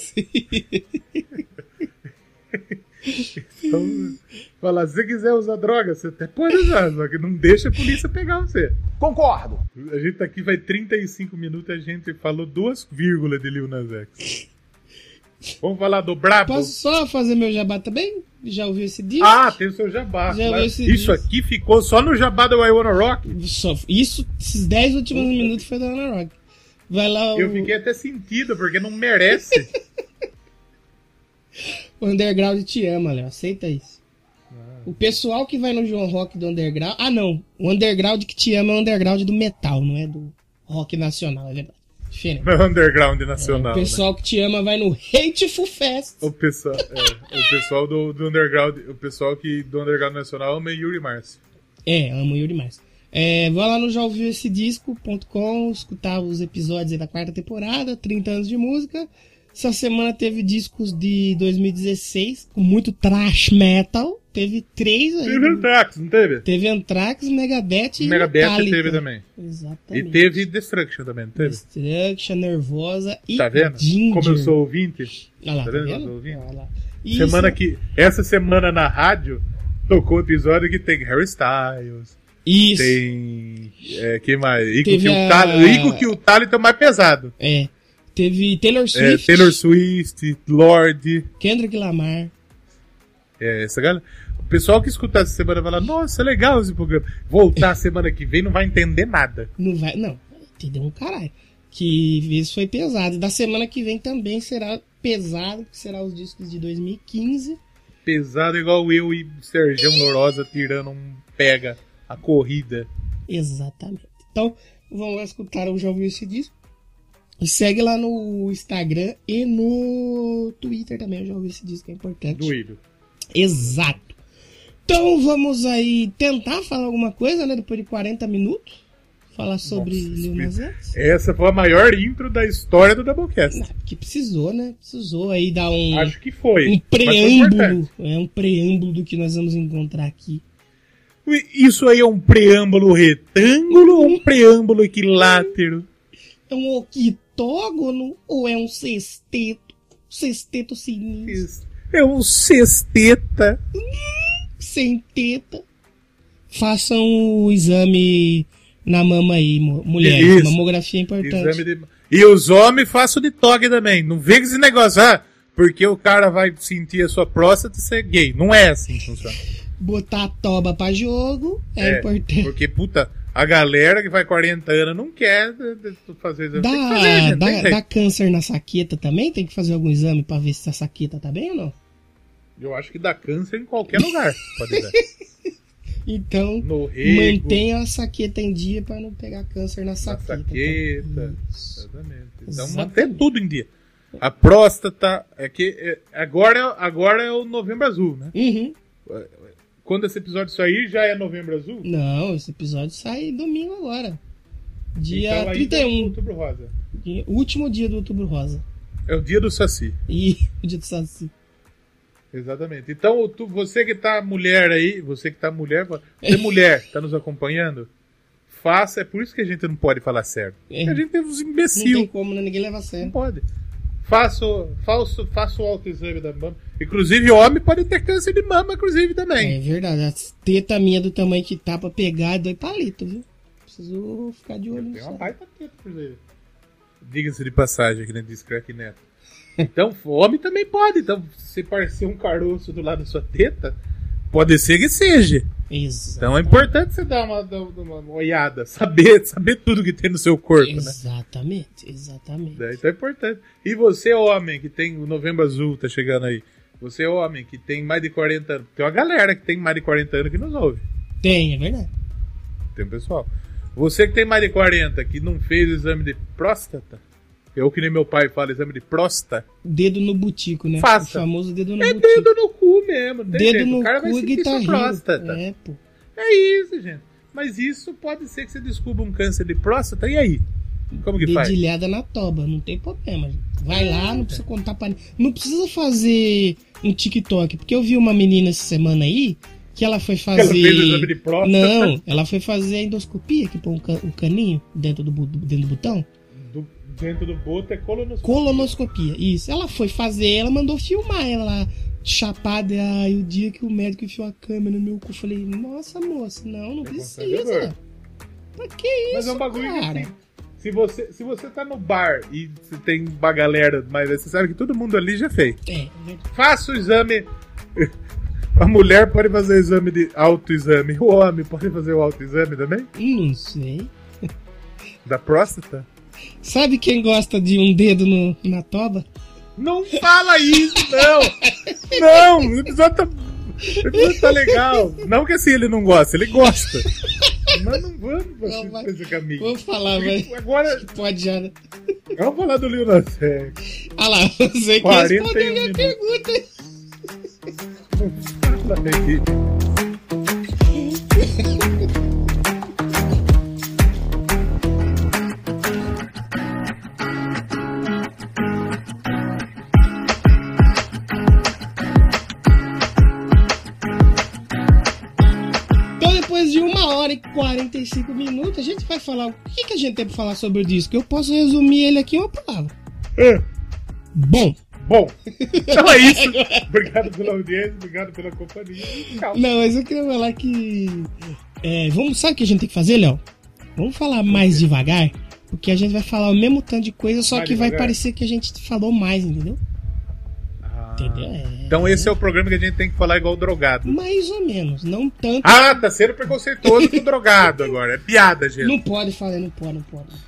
Então, falar, se você quiser usar droga, você até pode usar, só que não deixa a polícia pegar você. Concordo. A gente tá aqui, vai 35 minutos, a gente falou 2 vírgulas de Lil Nas X. Vamos falar do Brabo? Posso só fazer meu jabá também? Já ouviu esse disco? Ah, tem o seu jabá. Claro. Isso disco. Aqui ficou só no jabá do I Wanna Rock. Esses 10 últimos minutos foi do I Wanna Rock. Vai lá Eu fiquei até sentido, porque não merece. O Underground te ama, Léo. Aceita isso. O pessoal que vai no João Rock do Underground... Ah, não. O Underground que te ama é o Underground do metal, não é do rock nacional, é verdade. Diferente. Não é Underground nacional. O pessoal que te ama vai no Hateful Fest. O pessoal do Underground... O pessoal do Underground nacional ama Yuri Márcio. Ama o Yuri Márcio. Vai lá no jaouviuessedisco.com, escutar os episódios aí da 4ª temporada, 30 anos de música. Essa semana teve discos de 2016, com muito thrash metal. Teve 3 aí. Teve Anthrax, não teve? Teve Anthrax, Megadeth e Megadeth Metallica. teve também. Exatamente. E teve Destruction também, não teve? Destruction, Nervosa e Tá vendo? Ginger. Como eu sou ouvinte. Olha lá, Tá tá vendo? vendo? Eu sou ouvinte. Olha lá. Essa semana na rádio, tocou um episódio que tem Harry Styles. Isso. Tem... quem mais? Teve Igor que o Thalita é o mais pesado. Teve Taylor Swift. Taylor Swift, Lorde. Kendrick Lamar. Essa galera... O pessoal que escutar essa semana vai falar, nossa, é legal esse programa. Voltar semana que vem não vai entender nada. Não, entendeu um caralho. Que esse foi pesado. E da semana que vem também será pesado, que será os discos de 2015. Pesado igual eu e Sergião Lourosa tirando pega a corrida. Exatamente. Então, vamos lá escutar o Já Ouviu Esse Disco. E segue lá no Instagram e no Twitter também, o Já Ouviu Esse Disco, é importante. Doído. Exato. Então vamos aí tentar falar alguma coisa, né? Depois de 40 minutos. Falar sobre Lil Nas X. Essa foi a maior intro da história do Doublecast. Porque precisou, né? Precisou aí dar um... Acho que foi. Um preâmbulo. Um preâmbulo do que nós vamos encontrar aqui. Isso aí é um preâmbulo retângulo ou um preâmbulo equilátero? É um octógono ou é um sexteto? Sexteto sinistro. É um sexteta. Sem teta. Façam o exame na mama aí, mulheres. Mamografia é importante. E os homens façam de toque também. Não vê esse negócio, porque o cara vai sentir a sua próstata e ser gay. Não é assim que funciona. Botar a toba pra jogo é importante. Porque, a galera que vai 40 anos não quer fazer exame. Dá câncer na saqueta também? Tem que fazer algum exame pra ver se a saqueta tá bem ou não? Eu acho que dá câncer em qualquer lugar. Pode dar. Então, mantenha a saqueta em dia pra não pegar câncer na saqueta. Exatamente. Então, manter tudo em dia. A próstata, agora é o Novembro Azul, né? Uhum. Quando esse episódio sair, já é Novembro Azul? Não, esse episódio sai domingo agora. Dia então, 31. Outubro Rosa. Último dia do Outubro Rosa. É o dia do Saci. O dia do Saci. Exatamente. Então, você que tá mulher aí, você mulher, tá nos acompanhando, faça, é por isso que a gente não pode falar certo. A gente tem uns imbecil. Não tem como, né? Ninguém leva a sério. Não pode. Faça o autoexame da mama. Inclusive, homem pode ter câncer de mama, inclusive, também. É verdade. A teta minha do tamanho que tá pra pegar é 2 palitos, viu? Preciso ficar de olho nisso. Tem uma baita teta, inclusive. Diga-se de passagem, que nem diz Crack Neto. Então, homem também pode. Então, se parecer um caroço do lado da sua teta, pode ser que seja. Exato. Então é importante você dar uma olhada, saber tudo que tem no seu corpo, exatamente, né? Exatamente. Então é importante. E você, homem, que tem o Novembro Azul, tá chegando aí. Você, homem, que tem mais de 40 anos. Tem uma galera que tem mais de 40 anos que nos ouve. Tem, é verdade. Tem um pessoal. Você que tem mais de 40, que não fez o exame de próstata, eu que nem meu pai fala, exame de próstata. Dedo no butico, né? Faça. O famoso dedo no butico. É dedo no cu mesmo. Dedo no o cara cu vai e sentir sua próstata. Pô. É isso, gente. Mas isso pode ser que você descubra um câncer de próstata, e aí? Como que faz? Dedilhada na toba, não tem problema. Vai lá, não precisa contar pra ninguém. Não precisa fazer um TikTok, porque eu vi uma menina essa semana aí, que ela foi fazer... Ela fez o exame de próstata? Não, ela foi fazer a endoscopia, que põe um caninho dentro do botão. Dentro do boto é colonoscopia. Colonoscopia, isso. Ela foi fazer, ela mandou filmar ela lá, chapada. E o dia que o médico enfiou a câmera no meu cu, eu falei, nossa, moça, não precisa. Pra que isso, mas é um bagulho cara? Que, assim, se você tá no bar e você tem uma galera, mas você sabe que todo mundo ali já fez. Faça o exame. A mulher pode fazer o exame de autoexame. O homem pode fazer o autoexame também? Não sei. Da próstata? Sabe quem gosta de um dedo na toba? Não fala isso, não! Não! O episódio tá legal. Não que assim ele não gosta, ele gosta. Mas não vamos pra esse caminho. Vamos falar, mas agora pode já, né? Vamos falar do Lil Nas X. Ah lá, você que respondeu minha pergunta. Não fala aqui. 45 minutos, a gente vai falar... O que a gente tem pra falar sobre o disco? Eu posso resumir ele aqui em uma palavra. Bom. Então é isso. Obrigado pela audiência, obrigado pela companhia. Tchau. Não, mas eu queria falar que... sabe o que a gente tem que fazer, Léo? Vamos falar mais devagar, porque a gente vai falar o mesmo tanto de coisa, só que vai parecer que a gente falou mais, entendeu? Entendeu? Então esse é o programa que a gente tem que falar igual drogado. Mais ou menos, não tanto. Tá sendo preconceituoso com o drogado agora. É piada, gente. Não pode falar, não pode.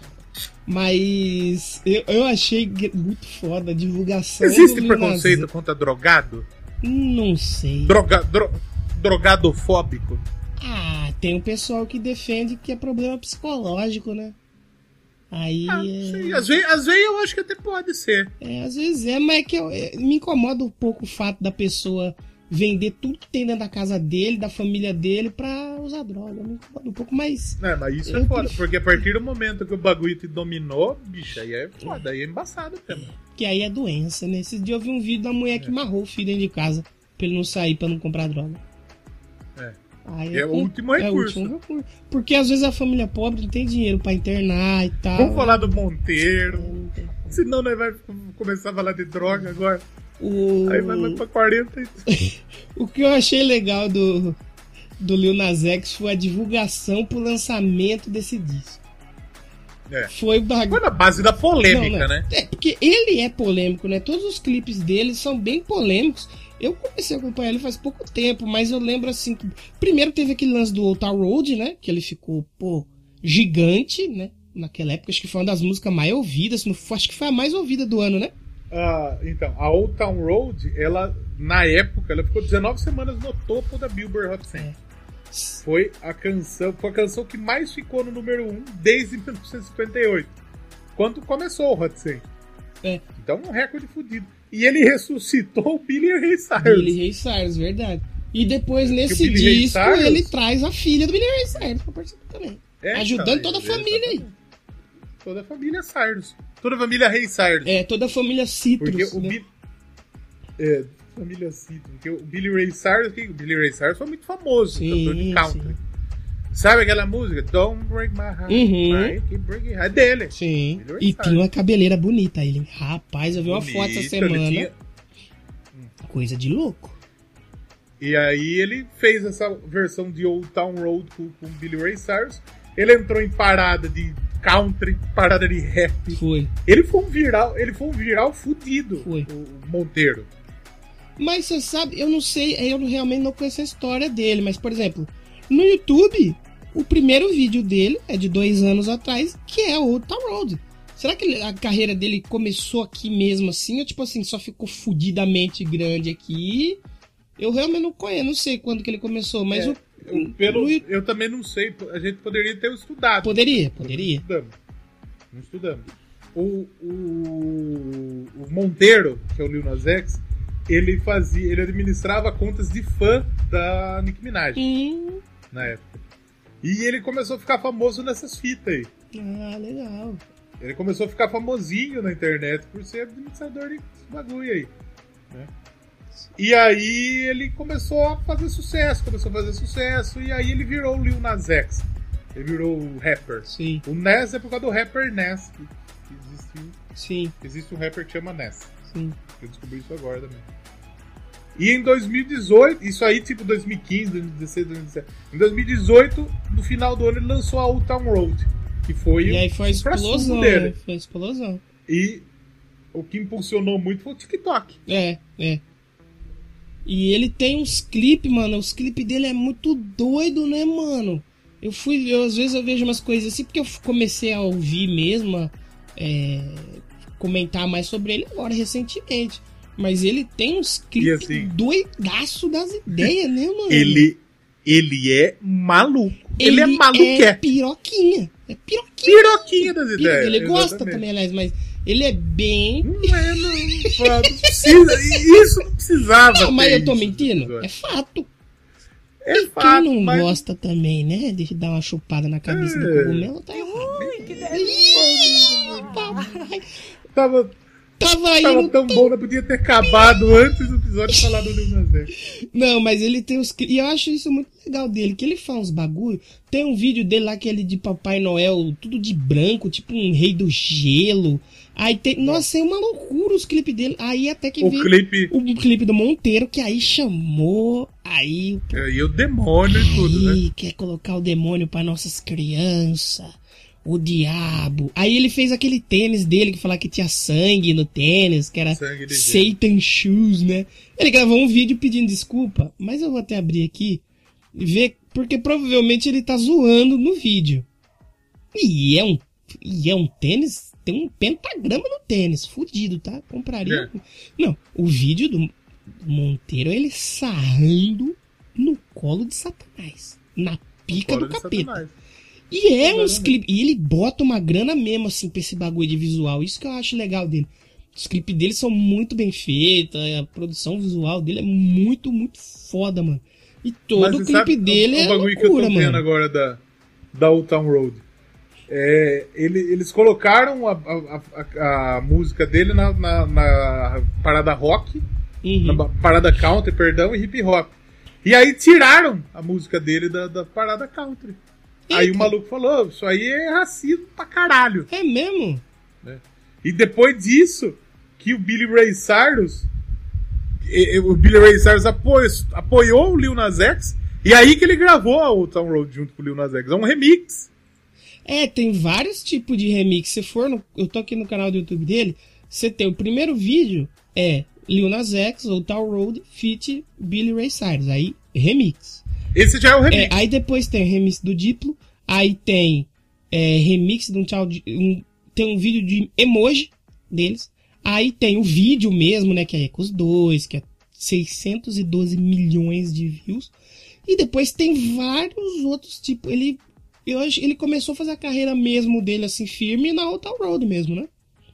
Mas eu achei muito foda a divulgação. Existe preconceito contra drogado? Não sei. Drogadofóbico? Tem um pessoal que defende que é problema psicológico, né? Aí sim. Às vezes eu acho que até pode ser. Às vezes mas é que me incomoda um pouco o fato da pessoa vender tudo que tem dentro da casa dele, da família dele, pra usar droga. Me incomoda um pouco mais. Mas isso é foda, porque a partir do momento que o bagulho te dominou, bicho, aí é foda, aí é embaçado também. Que aí é doença, né? Esses dias eu vi um vídeo da mulher que amarrou o filho dentro de casa pra ele não sair, pra não comprar droga. Aí o último recurso. Porque às vezes a família pobre não tem dinheiro pra internar e tal. Vamos falar do Monteiro. Senão nós vai começar a falar de droga agora. Aí vai pra 40. O que eu achei legal do Lil Nas X foi a divulgação pro lançamento desse disco. Foi na base da polêmica, né? Porque ele é polêmico, né? Todos os clipes dele são bem polêmicos. Eu comecei a acompanhar ele faz pouco tempo, mas eu lembro assim que... Primeiro teve aquele lance do Old Town Road, né? Que ele ficou, gigante, né? Naquela época, acho que foi uma das músicas mais ouvidas. Acho que foi a mais ouvida do ano, né? Então, a Old Town Road, ela, na época, ela ficou 19 semanas no topo da Billboard Hot 100. Foi a canção que mais ficou no número 1 desde 1958. Quando começou o Hot 100. Então, um recorde fodido. E ele ressuscitou o Billy Ray Cyrus. Verdade. E depois, nesse disco, ele traz a filha do Billy Ray Cyrus pra participar também. Ajudando toda a família aí. Toda a família Cyrus. Toda a família Ray Cyrus. Toda a família Citrus. Porque família Citrus. Porque o Billy Ray Cyrus foi muito famoso, cantor de country. Sim. Sabe aquela música? Don't break my heart. Keep breaking heart. É dele. Sim. E tinha uma cabeleira bonita ele. Rapaz, eu vi uma foto essa semana. Coisa de louco. E aí ele fez essa versão de Old Town Road com Billy Ray Cyrus. Ele entrou em parada de country, parada de rap. Foi. Ele foi um viral fudido. Foi. O Monteiro. Mas você sabe, eu não sei, eu realmente não conheço a história dele, mas por exemplo, no YouTube, o primeiro vídeo dele é de 2 anos atrás, que é o Old Town Road. Será que a carreira dele começou aqui mesmo assim, ou tipo assim, só ficou fudidamente grande aqui? Eu realmente não conheço, não sei quando que ele começou, mas eu também não sei, a gente poderia ter estudado. Poderia. Não estudamos. O Monteiro, que é o Lil Nas X, ele administrava contas de fã da Nicki Minaj na época. E ele começou a ficar famoso nessas fitas aí. Legal. Ele começou a ficar famosinho na internet por ser administrador desse bagulho aí, né? E aí ele começou a fazer sucesso, e aí ele virou o Lil Nas X. Ele virou o rapper. Sim. O Nas é por causa do rapper Nas, que existe. Sim. Existe um rapper que chama Nas. Sim. Eu descobri isso agora também. E em 2018, isso aí tipo 2015, 2016, 2017. Em 2018, no final do ano, ele lançou a Old Town Road, que foi e aí foi a explosão dele. Foi a explosão. E o que impulsionou muito foi o TikTok. E ele tem uns clipes, mano. Os clipes dele é muito doido, né, mano? Às vezes eu vejo umas coisas assim, porque eu comecei a ouvir mesmo, comentar mais sobre ele agora, recentemente. Mas ele tem uns clipes assim, doidaço das ideias, né, mano? Ele é maluco. Ele é maluquete. É piroquinha. Piroquinha das ideias. Ele gosta também, aliás, mas ele é bem... Não precisa. Isso não precisava. Não, mas eu tô mentindo? É fato. E quem não gosta também, né? Deixa eu dar uma chupada na cabeça do cogumelo, tá errado. Tava tava indo tão bom, não podia ter acabado antes do episódio de falar do Lil Nas X. Não, mas ele tem os... E eu acho isso muito legal dele, que ele faz uns bagulho. Tem um vídeo dele lá que ele de Papai Noel, tudo de branco, tipo um rei do gelo. Aí tem... Nossa, é uma loucura os clipes dele. Aí até que veio o clipe do Monteiro, que aí chamou... Aí o demônio e tudo, né? Quer colocar o demônio pra nossas crianças. O diabo. Aí ele fez aquele tênis dele que falava que tinha sangue no tênis, que era Satan Shoes, né? Ele gravou um vídeo pedindo desculpa, mas eu vou até abrir aqui e ver, porque provavelmente ele tá zoando no vídeo. E é um tênis, tem um pentagrama no tênis, fudido, tá? Compraria. É. Não, o vídeo do Monteiro, ele sarrando no colo de Satanás, na pica do capeta. E é uns clipes. E ele bota uma grana mesmo, assim, pra esse bagulho de visual. Isso que eu acho legal dele. Os clipes dele são muito bem feitos. A produção visual dele é muito, muito foda, mano. E todo o clipe dele é loucura, mano. O bagulho que eu tô vendo agora da Old Town Road. Eles colocaram a música dele na parada rock. Uhum. Na parada country, perdão, e hip hop. E aí tiraram a música dele da parada country. Eita. Aí o maluco falou, isso aí é racismo pra caralho. É mesmo? E depois disso, que o Billy Ray Cyrus apoiou o Lil Nas X, e aí que ele gravou a Old Town Road junto com o Lil Nas X. É um remix. Tem vários tipos de remix. Se for, eu tô aqui no canal do YouTube dele, você tem o primeiro vídeo, Lil Nas X, Old Town Road, feat. Billy Ray Cyrus. Aí, remix. Esse já é o remix. Aí depois tem o remix do Diplo. Aí tem remix de tem um vídeo de emoji deles. Aí tem o vídeo mesmo, né? Que é com os dois, que é 612 milhões de views. E depois tem vários outros tipos. Eu acho que ele começou a fazer a carreira mesmo dele, assim, firme na Old Town Road mesmo, né?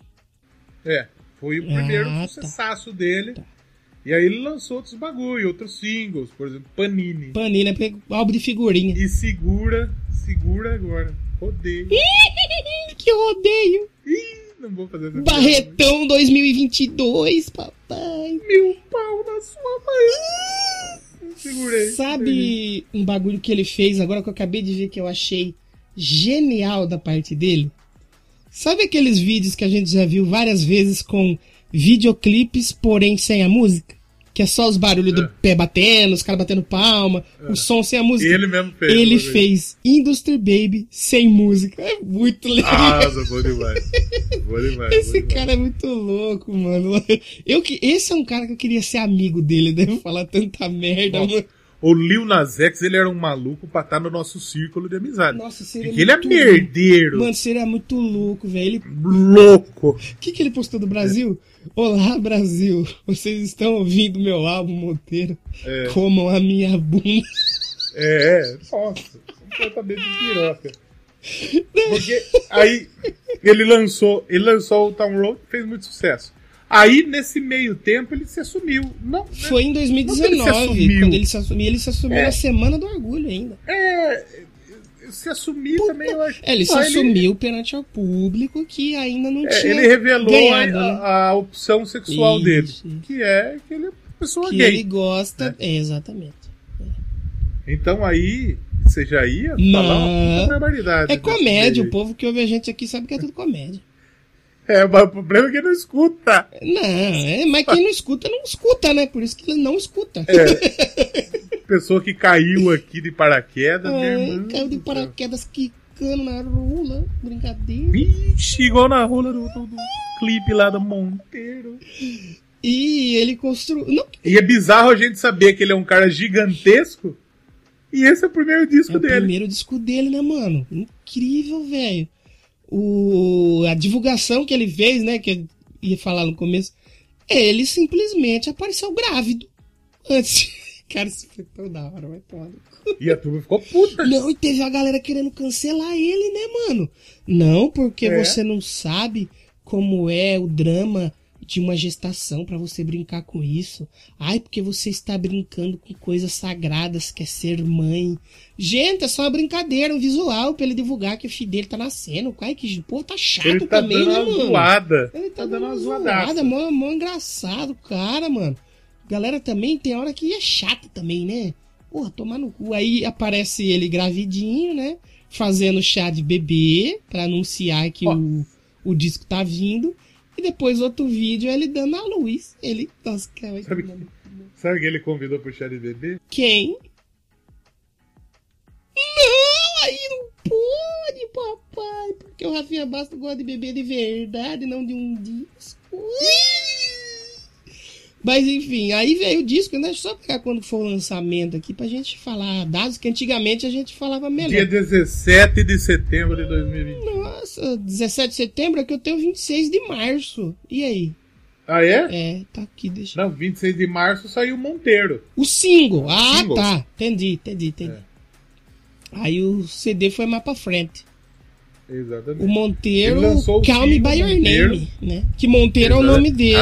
Foi o primeiro sucessaço dele. Tá. E aí ele lançou outros bagulho, outros singles, por exemplo, Panini. Panini, é porque álbum de figurinha. E segura agora. Rodeio. Que rodeio! Não vou fazer essa Barretão coisa. 2022, papai. Meu pau na sua mãe. Segurei. Sabe um bagulho que ele fez agora que eu acabei de ver que eu achei genial da parte dele? Sabe aqueles vídeos que a gente já viu várias vezes com videoclipes, porém sem a música? Que é só os barulhos do pé batendo, os caras batendo palma, o som sem a música. Ele mesmo fez. Ele fez Industry Baby sem música. É muito legal. Nossa, bom demais. Esse cara é muito louco, mano. Esse é um cara que eu queria ser amigo dele, deve falar tanta merda, mano. O Lil Nas X, ele era um maluco pra estar no nosso círculo de amizade. Nossa, seria porque ele é merdeiro. Mano, seria muito louco, velho. Louco. O que ele postou do Brasil? Olá, Brasil. Vocês estão ouvindo meu álbum, Monteiro? Comam a minha bunda. Nossa. Completamente piroca. Porque aí ele lançou o Town Road, fez muito sucesso. Aí, nesse meio tempo, ele se assumiu. Não, foi em 2019, quando ele se assumiu na Semana do Orgulho ainda. Se assumir também, eu acho. Ele se assumiu perante ao público que ainda não tinha ele revelou ganhado, a opção sexual dele, que é que ele é uma pessoa que gay. Ele gosta, exatamente. Então aí, você já ia falar uma puta barbaridade. É comédia, o povo que ouve a gente aqui sabe que é tudo comédia. Mas o problema é que não escuta. Não, mas quem não escuta, né? Por isso que ele não escuta. Pessoa que caiu aqui de paraquedas, minha irmã. Caiu de paraquedas quicando na rola, brincadeira. Vixe, igual na rola do clipe lá do Monteiro. E ele construiu... E é bizarro a gente saber que ele é um cara gigantesco. E esse é o primeiro disco dele. É o primeiro disco dele, né, mano? Incrível, velho. A divulgação que ele fez, né, que eu ia falar no começo, ele simplesmente apareceu grávido. Antes. Cara, isso foi tão da hora, vai tomar. E a turma ficou puta. Não, e teve a galera querendo cancelar ele, né, mano? Não, porque você não sabe como é o drama de uma gestação pra você brincar com isso. Ai, porque você está brincando com coisas sagradas, que é ser mãe. Gente, é só uma brincadeira, um visual pra ele divulgar que o filho dele tá nascendo. Ai, que pô, tá chato ele tá também, dando né, uma mano? zoada. Ele tá dando uma zoada, mó engraçado, cara, mano. Galera também tem hora que é chata também, né? Porra, tomar no cu. Aí aparece ele gravidinho, né? Fazendo chá de bebê pra anunciar que o disco tá vindo. E depois outro vídeo ele dando a luz. Ele. Nossa, cara. Sabe quem ele convidou pro chá de bebê? Quem? Não! Aí não pode, papai. Porque o Rafinha Bastos gosta de beber de verdade, não de um disco. Mas enfim, aí veio o disco, né? Só pegar quando for o lançamento aqui pra gente falar dados que antigamente a gente falava melhor. Dia 17 de setembro de 2020. Nossa, 17 de setembro é que eu tenho 26 de março. E aí? Ah, é? É, tá aqui, deixa. Não, 26 de março saiu o Monteiro. O single. Ah, single. Tá. Entendi. É. Aí o CD foi mais pra frente. Exatamente. O Monteiro, Calm Me By Your Name, né? Que Monteiro é o nome dele.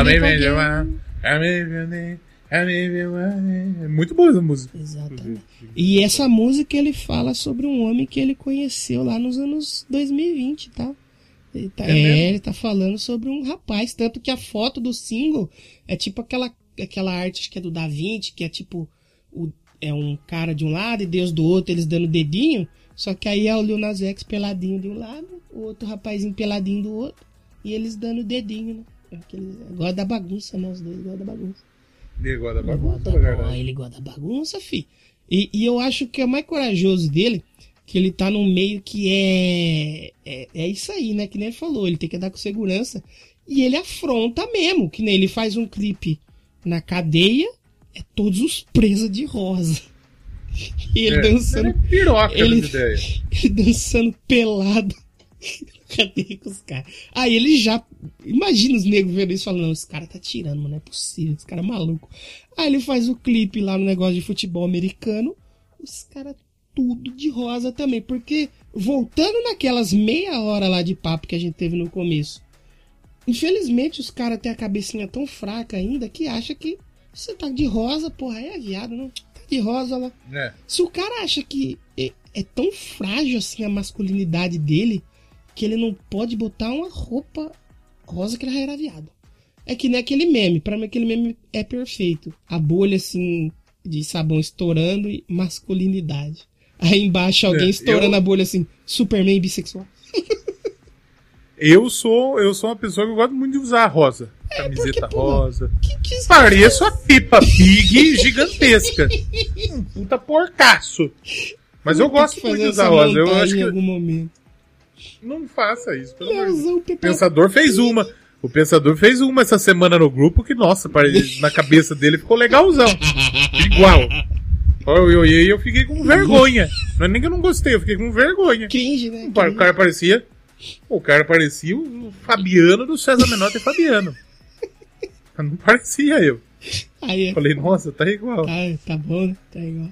É muito boa essa música. Exatamente. E essa música ele fala sobre um homem que ele conheceu lá nos anos 2020, tá? Ele tá falando sobre um rapaz, tanto que a foto do single é tipo aquela arte, acho que é do Da Vinci, que é tipo é um cara de um lado e Deus do outro, eles dando dedinho, só que aí é o Lil Nas X peladinho de um lado, o outro rapazinho peladinho do outro, e eles dando dedinho, né? Gosta da bagunça, né? Os dois gostam da bagunça. Ele gosta da bagunça, ele gosta da bagunça, fi. E eu acho que é mais corajoso dele, que ele tá num meio que é isso aí, né? Que nem ele falou, ele tem que andar com segurança. E ele afronta mesmo, que nem ele faz um clipe na cadeia, é todos os presos de rosa. E ele dançando. É piroca ele dançando pelado. Cadê com os caras? Aí ele já. Imagina os negros vendo isso e falando: não, esse cara tá tirando, mano, não é possível, esse cara é maluco. Aí ele faz o clipe lá no negócio de futebol americano, os caras tudo de rosa também. Porque, voltando naquelas meia hora lá de papo que a gente teve no começo, infelizmente os caras têm a cabecinha tão fraca ainda que acha que você tá de rosa, porra, aí é viado, não? Tá de rosa lá. É. Se o cara acha que é tão frágil assim a masculinidade dele, que ele não pode botar uma roupa rosa que ele já era viado. É que nem aquele meme. Pra mim aquele meme é perfeito. A bolha assim de sabão estourando e masculinidade. Aí embaixo alguém estourando a bolha assim, Superman bissexual. Eu sou uma pessoa que eu gosto muito de usar rosa. Camiseta rosa. Que pareço a Peppa Pig gigantesca. Um puta porcaço. Mas eu gosto muito de usar rosa. Eu acho que em algum momento. Não faça isso, pelo amor de Deus. O Pensador fez uma. O Pensador fez uma essa semana no grupo que, nossa, na cabeça dele ficou legalzão. Igual. Eu fiquei com vergonha. Não é nem que eu não gostei, eu fiquei com vergonha. Cringe, né? O cara parecia o Fabiano do César Menor e Fabiano. Não parecia eu. Aí, falei, nossa, tá igual. Tá bom, né? Tá igual.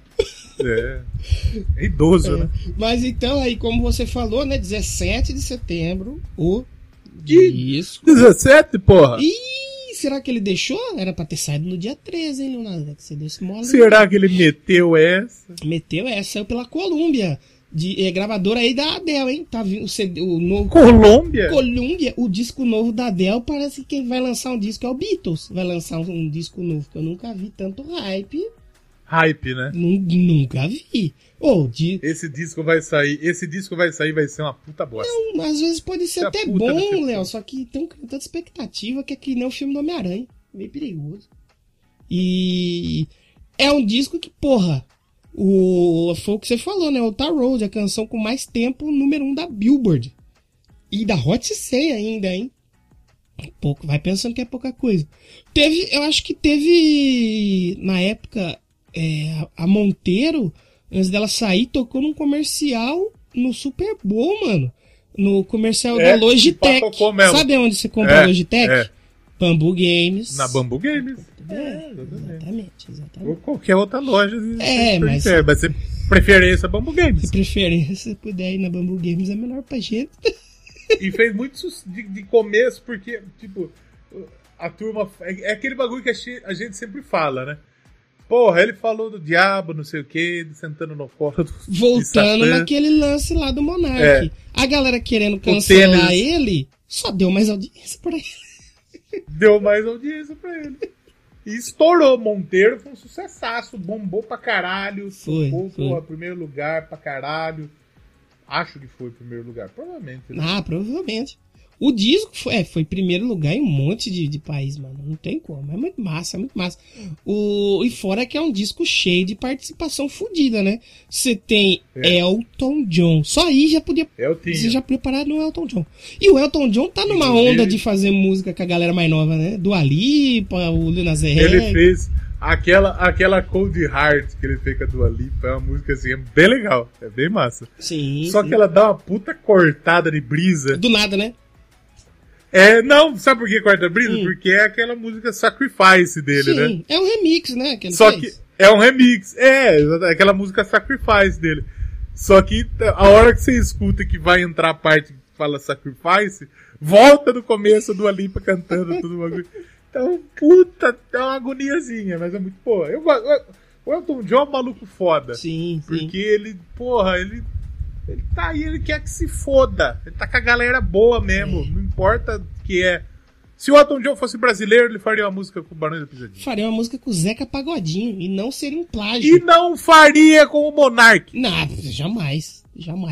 É idoso, né? Mas então, aí, como você falou, né? 17 de setembro, o disco. 17, porra? Ih, será que ele deixou? Era pra ter saído no dia 13, hein, Leonardo? Você deu esse mole. Será que ele meteu essa? Saiu pela Columbia. Gravadora aí da Adele, hein? Tá vindo o novo. Columbia, o disco novo da Adele. Parece que quem vai lançar um disco é o Beatles. Vai lançar um disco novo, que eu nunca vi tanto hype. Hype, né? Nunca vi. Esse disco vai sair, vai ser uma puta bosta. Não, às vezes pode ser até bom, Léo, só que tem tanta expectativa que é que nem o filme do Homem-Aranha. Meio perigoso. E é um disco que, porra, foi o que você falou, né? O Tar Road, a canção com mais tempo, número 1 da Billboard. E da Hot 100 ainda, hein? Pouco, vai pensando que é pouca coisa. Eu acho que teve, na época, a Monteiro, antes dela sair, tocou num comercial no Super Bowl, mano. No comercial da Logitech. Sabe onde você compra a Logitech? Bambu Games. Na Bambu Games. Exatamente. Ou qualquer outra loja. Mas ser preferência Bambu Games. Se preferência puder ir na Bambu Games, é melhor pra gente. E fez muito de começo, porque, tipo, a turma... É aquele bagulho que a gente sempre fala, né? Porra, ele falou do diabo, não sei o quê, sentando no colo do Voltando naquele lance lá do Monark. A galera querendo cancelar ele, só deu mais audiência pra ele. Deu mais audiência pra ele. E estourou. Monteiro foi um sucessaço, bombou pra caralho. Foi. Porra, primeiro lugar pra caralho. Acho que foi primeiro lugar, provavelmente. Né? Provavelmente. O disco foi primeiro lugar em um monte de país, mano. Não tem como. É muito massa, é muito massa. E fora que é um disco cheio de participação fodida, né? Você tem Elton John. Só aí já podia. Você já podia parar no Elton John. E o Elton John tá numa onda de fazer música com a galera mais nova, né? Dua Lipa, o Lil Nas X. Ele fez aquela Cold Heart que ele fez com a Dua Lipa. É uma música assim, é bem legal. É bem massa. Sim. Só que ela dá uma puta cortada de brisa. Do nada, né? Não, sabe por que corta a brisa? Porque é aquela música Sacrifice dele, né? Sim, é um remix, né? Que Só que é um remix, aquela música Sacrifice dele. Só que a hora que você escuta que vai entrar a parte que fala Sacrifice, volta do começo do Alipa cantando tudo bagulho. Então, puta, é uma agoniazinha, mas é muito boa. O Elton John é um maluco foda. Sim, porque ele tá aí, ele quer que se foda. Ele tá com a galera boa mesmo. Não importa o que é. Se o Elton John fosse brasileiro, ele faria uma música com o Barões da Pisadinha. Faria uma música com o Zeca Pagodinho. E não seria um plágio. E não faria com o Monark. Não, jamais.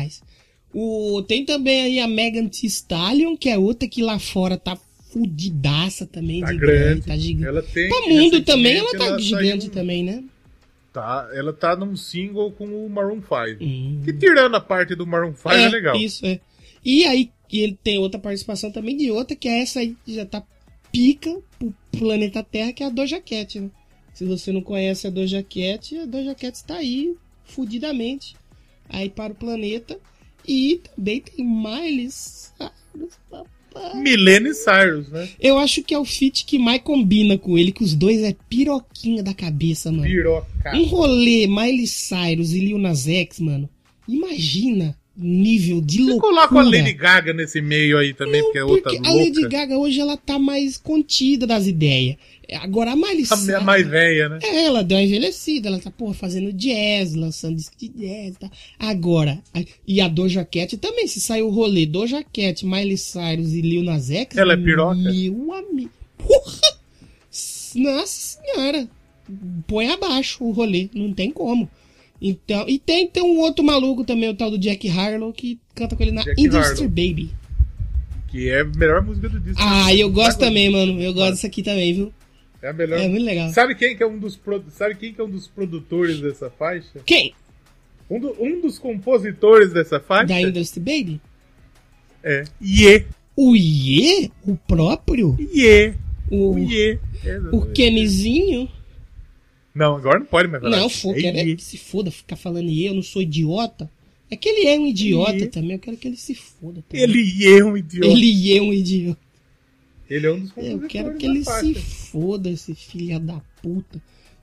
Tem também aí a Megan Thee Stallion, que é outra que lá fora tá fudidaça também. Tá grande. Tá gigante. Ela tem, pra mundo também, ela tá gigante também, né? Tá, ela tá num single com o Maroon 5. Que tirando a parte do Maroon 5 é legal. Isso, é. E aí ele tem outra participação também de outra, que é essa aí que já tá pica pro planeta Terra, que é a Doja Cat, né? Se você não conhece a Doja Cat está aí fudidamente aí para o planeta. E também tem Miley Cyrus, papai. Miley Cyrus, né? Eu acho que é o feat que mais combina com ele, que os dois é piroquinha da cabeça, mano. Piroca. Um rolê Miley Cyrus e Lil Nas X, mano. Imagina nível de loucura. Você coloca a Lady Gaga nesse meio aí também, porque é outra louca. A Lady Gaga hoje ela tá mais contida das ideias. Agora a Miley Cyrus... A mais velha, né? Ela deu uma envelhecida. Ela tá, fazendo jazz, lançando disco de jazz e tal. Agora, e a Doja Cat também, se sair o rolê Doja Cat, Miley Cyrus e Lil Nas X... Ela é piroca? Meu amigo... Porra! Nossa senhora! Põe abaixo o rolê, não tem como. Então, e tem um outro maluco também, o tal do Jack Harlow, que canta com ele na Industry Baby. Que é a melhor música do disco. Eu gosto também, mano. Eu gosto dessa aqui também, viu? É a melhor. É muito legal. Sabe quem que é um dos produtores dessa faixa? Quem? Um dos compositores dessa faixa? Da Industry Baby? É. Ye. O Ye? O próprio? Ye. O Ye. O Kennyzinho? Não, agora não pode mais falar. Não, se foda, ficar falando Ye, eu não sou idiota. É que ele é um idiota também, eu quero que ele se foda também. Ele é um idiota. Ele é um idiota. Ele é um dos compositores. Eu quero que ele se foda, esse filho da puta.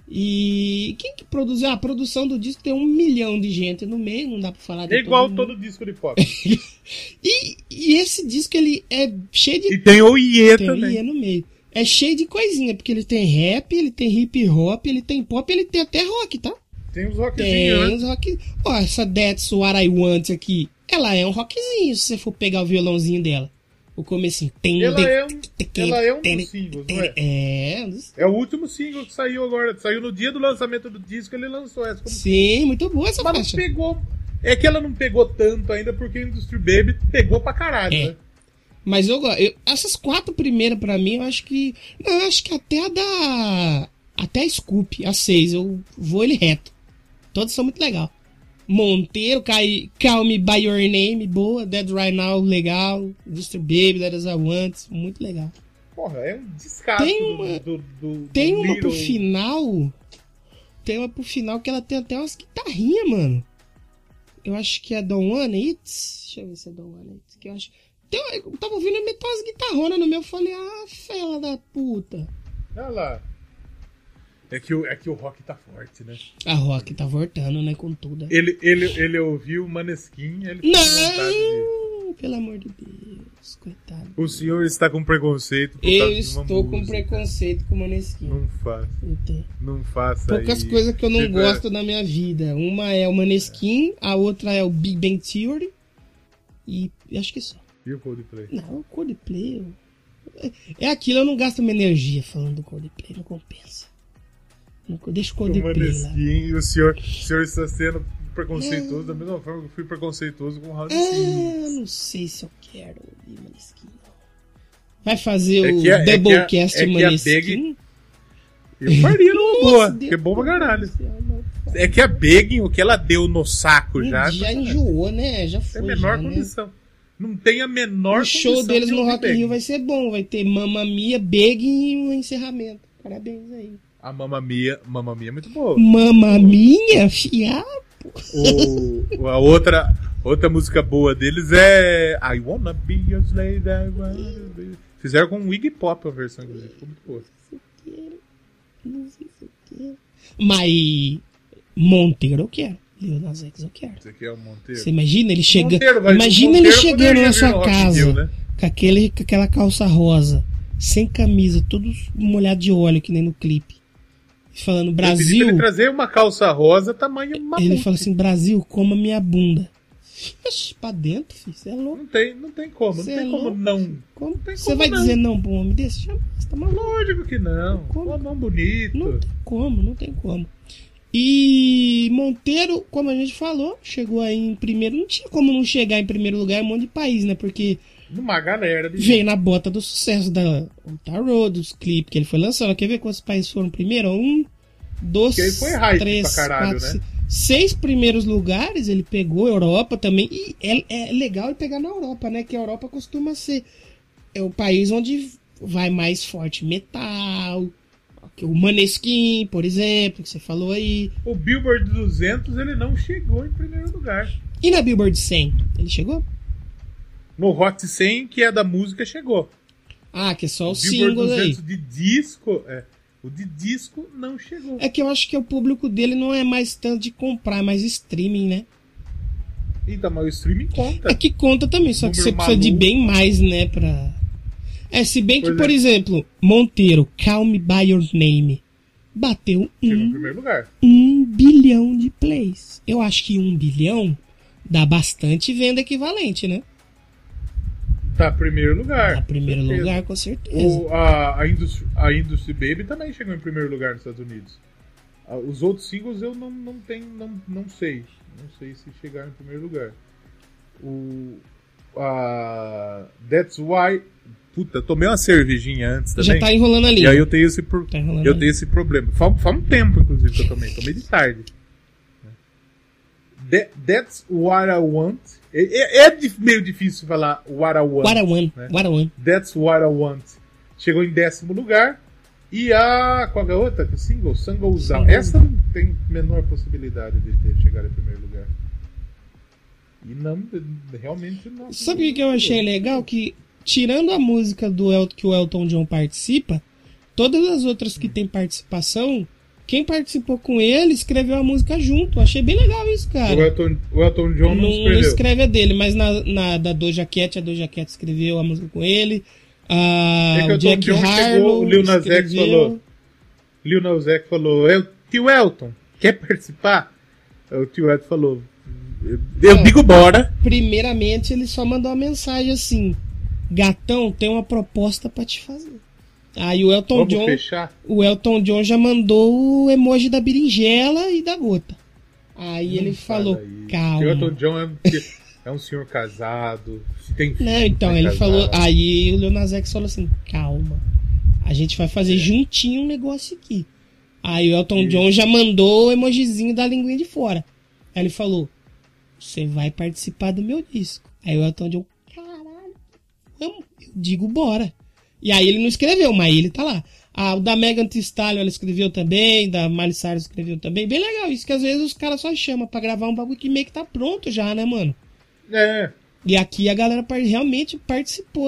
E quem que produziu? A produção do disco tem 1 milhão de gente no meio, não dá pra falar de igual todo disco de pop. e esse disco, ele é cheio de... E tem o Ye também. Tem o Ye no meio. É cheio de coisinha, porque ele tem rap, ele tem hip hop, ele tem pop, ele tem até rock, tá? Tem uns rockzinhos, né? Tem uns rock... Ó, essa That's What I Want aqui, ela é um rockzinho, se você for pegar o violãozinho dela. O comecinho. Ela é um dos singles, não é? É o último single que saiu agora. Saiu no dia do lançamento do disco, ele lançou essa. Sim, muito boa essa faixa. Mas não pegou... É que ela não pegou tanto ainda, porque o Industry Baby pegou pra caralho, né? Mas essas 4 primeiras pra mim, eu acho que... Não, eu acho que até a Scoop, a 6, eu vou ele reto. Todas são muito legal. Monteiro, Call Me By Your Name, boa. Dead Right Now, legal. Mr. Baby, That Is I Want, muito legal. Porra, é um descaso Tem uma pro final... Tem uma pro final que ela tem até umas guitarrinhas, mano. Eu acho que é Don't Want It. Deixa eu ver se é Don't Want It. Que eu acho... Eu tava ouvindo meter umas guitarronas no meu, eu falei, fela da puta. Olha lá. É que o rock tá forte, né? A rock tá voltando, né, com tudo. Ele ouviu o Maneskin, ele não, pelo amor de Deus. Deus, coitado. O senhor está com preconceito por Eu causa de uma estou com música. preconceito com o Maneskin. Não faça. Eu tenho. Não faça Poucas aí. coisas que eu não Você gosto na minha vida. Uma é o Maneskin, a outra é o Big Bang Theory. E acho que só. E o Coldplay? Não, o Coldplay... É aquilo, eu não gasto minha energia falando do Coldplay, não compensa. Deixa o O Coldplay lá. Maneskin, o senhor está sendo preconceituoso da mesma forma que eu fui preconceituoso com o Round Eu não sei se eu quero ouvir Maneskin, não. Vai fazer o Doublecast Maneskin? Eu faria numa boa, Deus, porque é bom pra caralho. Deus do céu, não faz. É que a Begging, o que ela deu no saco já enjoou, né? Já é foi. a menor já, condição. Não tem a menor O show condição deles de no ouvir Rock in Rio Begging. vai ser bom. Vai ter Mamma Mia, Begging e um encerramento. Parabéns aí. A Mamma Mia é muito boa. Mamma Mia, fiado. A outra música boa deles é I Wanna Be Your Slave. I wanna be... Fizeram com o Iggy Pop a versão, inclusive. Ficou muito boa. Não sei se eu quero. Mas Monteiro eu quero. Lil Nas X eu quero. Esse aqui é o Monteiro. Você imagina ele chegando? Monteiro, Imagina ele chegando na sua no Rock in casa Rio, né? com aquela calça rosa, sem camisa, todo molhado de óleo, que nem no clipe. Falando, Eu pedi pra Brasil. ele trazer uma calça rosa tamanho mamute. Ele fala assim: Brasil, coma minha bunda. Ixi, pra dentro, filho. Você é louco. Não tem como. Cê Não tem é como louco. não. Como? tem Você como vai não. dizer não pra um homem desse? Jamais, tá maluco. Lógico que não. Como? Uma mão bonito. Não tem como, não tem como. E Monteiro, como a gente falou, chegou aí em primeiro. Não tinha como não chegar em primeiro lugar em um monte de país, né? Porque Numa galera de veio na bota do sucesso da Tarot, dos clipes que ele foi lançando. Quer ver quantos países foram primeiro? 1, 2, Que aí foi hype 3, pra caralho, 4, né? 6 primeiros lugares ele pegou, Europa também. E é legal ele pegar na Europa, né? Que a Europa costuma ser o país onde vai mais forte metal. O Maneskin, por exemplo, que você falou aí. O Billboard 200 ele não chegou em primeiro lugar. E na Billboard 100? Ele chegou? No Hot 100, que é da música, chegou. Ah, que é só o Billboard single aí. 200 de disco, o de disco não chegou. É que eu acho que o público dele não é mais tanto de comprar, é mais streaming, né? Então, mas o streaming conta. É que conta também, só que Número você precisa de maluco. bem mais, né, pra... se bem que, Pois por é. exemplo, Monteiro, Call Me By Your Name, bateu Chegou em primeiro lugar. 1 bilhão de plays. Eu acho que 1 bilhão dá bastante venda equivalente, né? Tá primeiro lugar. Dá primeiro certeza. lugar, com certeza. A Industry Baby também chegou em primeiro lugar nos Estados Unidos. Os outros singles eu não sei. Não sei se chegaram em primeiro lugar. That's Why... Puta, tomei uma cervejinha antes também. Já tá enrolando ali. E aí eu tenho esse, Tá enrolando eu ali. tenho esse problema. Faz um tempo, inclusive, que eu tomei. Tomei de tarde. That's What I Want. Meio difícil falar What I Want. What I want, né? what I want. That's What I Want. Chegou em 10º lugar. E qual é a outra? Que single? Sun Goes Down. Essa não tem menor possibilidade de chegar em primeiro lugar. E não, realmente não. Sabe o que eu achei legal? Que, tirando a música que o Elton John participa, todas as outras que tem participação, quem participou com ele escreveu a música junto. Achei bem legal isso, cara. O Elton John não escreveu. Escreve a dele, mas na da Doja Cat, a Doja Cat escreveu a música com ele. Que O o Jack Elton John Harlow chegou, o Lil Nas X escreveu. Lil Nas X falou, tio Elton, quer participar? O tio Elton falou, eu digo bora. Primeiramente, ele só mandou uma mensagem assim: gatão, tem uma proposta pra te fazer. Aí o Vamos fechar? Elton John já mandou o emoji da berinjela e da gota. Aí ele falou, calma. O Elton John é um senhor casado, se tem filho. Não, então, tá ele casado. falou. Aí o Lil Nas X falou assim: calma, a gente vai fazer juntinho um negócio aqui. Aí o Elton John já mandou o emojizinho da linguinha de fora. Aí ele falou: você vai participar do meu disco. Aí o Elton John, caralho, vamos. Eu digo bora. E aí ele não escreveu, mas ele tá lá. O da Megan Thee Stallion ela escreveu também, da Miley Cyrus escreveu também. Bem legal isso, que às vezes os caras só chamam pra gravar um bagulho que meio que tá pronto já, né, mano? É. E aqui a galera realmente participou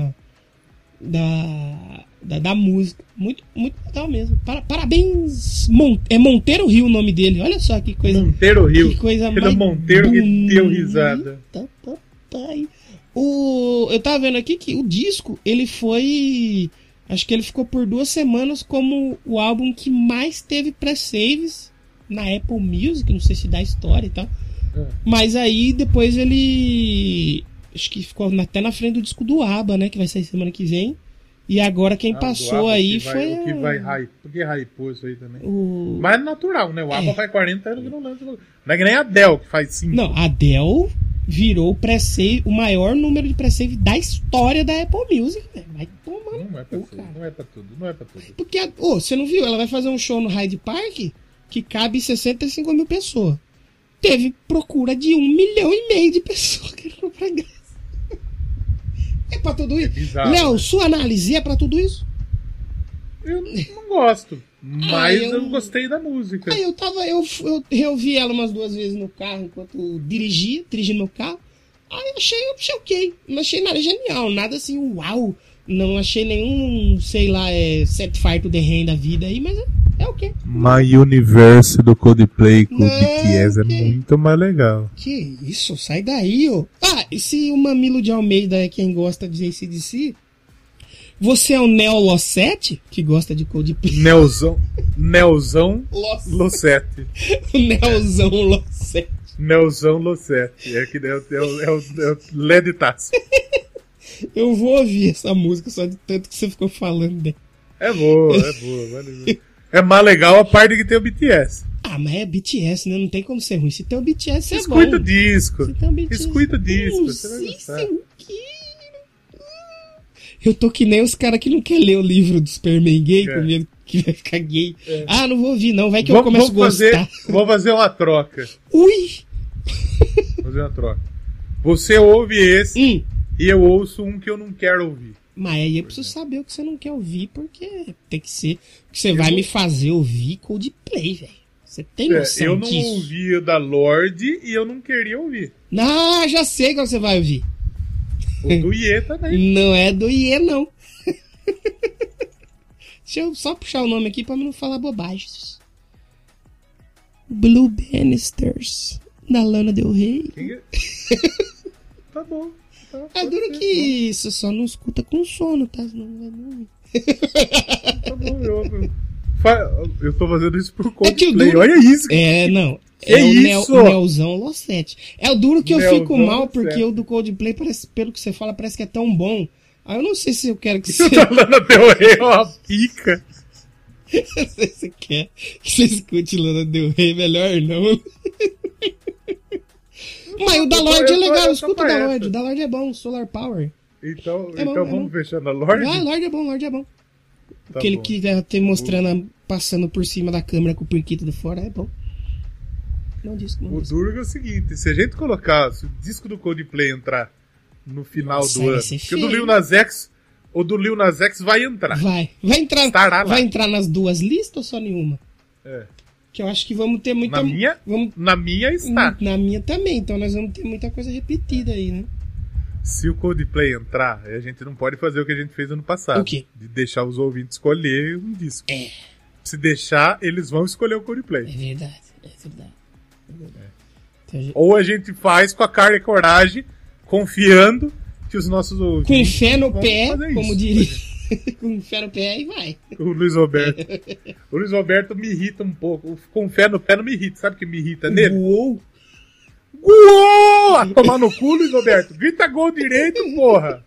da música. Muito, muito legal mesmo. Parabéns, é Monteiro Rio o nome dele. Olha só que coisa. Monteiro Rio. Que coisa Pelo mais Monteiro que deu bonita, risada. papai. eu tava vendo aqui que o disco, ele foi... Acho que ele ficou por 2 semanas como o álbum que mais teve pré-saves na Apple Music, não sei se dá história e tal. Mas aí depois ele... Acho que ficou até na frente do disco do ABBA, né? Que vai sair semana que vem. E agora quem passou aí foi... O que vai hypou isso aí também. Mas é natural, né? O ABBA faz 40 anos que não lança. Não é que nem a Adele, que faz 5. Não, a Adele virou o pré-save, o maior número de pré-save da história da Apple Music. Vai tomar não é pra tudo, cara. Não é pra tudo. Porque, você não viu? Ela vai fazer um show no Hyde Park que cabe 65 mil pessoas. Teve procura de 1,5 milhão de pessoas querendo comprar ingresso. É pra tudo isso? Léo, sua análise é pra tudo isso? Eu não gosto, mas eu gostei da música. Aí eu reouvi ela umas 2 vezes no carro enquanto dirigindo meu carro. Aí eu achei ok. Não achei nada genial, nada assim, uau. Não achei nenhum, sei lá, Set Fire to the Rain da vida aí, mas é ok. My Universe do Coldplay com o BTS é muito mais legal. Que isso, sai daí, ô. E se o Mamilo de Almeida é quem gosta de AC/DC, você é o Neo Lossete, que gosta de Coldplay? Neozão Lossete. O Neozão Lossete. Neozão Lossete. É o LED Taço. Eu vou ouvir essa música só de tanto que você ficou falando dela. É boa. É mais legal a parte que tem o BTS. Mas é BTS, né? Não tem como ser ruim. Se tem o BTS, é bom. Escuta o disco. Escuta o disco. Você vai gostar. Eu tô que nem os caras que não querem ler o livro do Superman gay, com medo que vai ficar gay. Não vou ouvir não, vai que eu começo a gostar. Vou fazer uma troca. Ui! Vou fazer uma troca. Você ouve esse e eu ouço um que eu não quero ouvir. Mas aí eu preciso saber o que você não quer ouvir, porque tem que ser... Porque você vai me fazer ouvir Coldplay, velho. Você tem noção disso? Eu não ouvia da Lorde e eu não queria ouvir. Já sei qual você vai ouvir. O do Iê também. Não é do Iê, não. Deixa eu só puxar o nome aqui pra não falar bobagens. Blue Bannisters, da Lana Del Rey. Tá bom. É duro que isso, só não escuta com sono, tá? Não vai dormir. Tá bom, eu tô fazendo isso por Coldplay. Olha isso. Não. Isso? O Neozão Lossete. É o duro que eu fico mal, porque o do Coldplay, parece, pelo que você fala, parece que é tão bom. Aí eu não sei se eu quero que você... Tá Lana Del Rey é uma pica. Eu não sei se você quer que você escute Lana Del Rey, melhor não. Mas o da Lorde é legal, escuta o da Lorde. O da Lorde é bom, Solar Power. Então vamos fechar na Lorde? Lorde é bom. Tá Aquele bom. que tem mostrando, passando por cima da câmera com o periquito de fora, é bom. Não disco. O duro é o seguinte, se a gente colocar, se o disco do Coldplay entrar no final do ano, porque o do Lil Nas X vai entrar. Vai entrar. Vai entrar nas 2 listas ou só nenhuma? Que eu acho que vamos ter muita... Na minha está. Na minha também, então nós vamos ter muita coisa repetida aí, né? Se o Coldplay entrar, a gente não pode fazer o que a gente fez ano passado. O quê? De deixar os ouvintes escolher um disco. Se deixar, eles vão escolher o Coldplay. É verdade. Então, ou a gente faz com a cara e coragem, confiando que os nossos ouvintes... Com fé no pé, como diria. Com fé no pé e vai. O Luiz Roberto. O Luiz Roberto me irrita um pouco. Com fé no pé não me irrita. Sabe o que me irrita nele? Uou! A tomar no cu, Luiz Roberto. Grita gol direito, porra.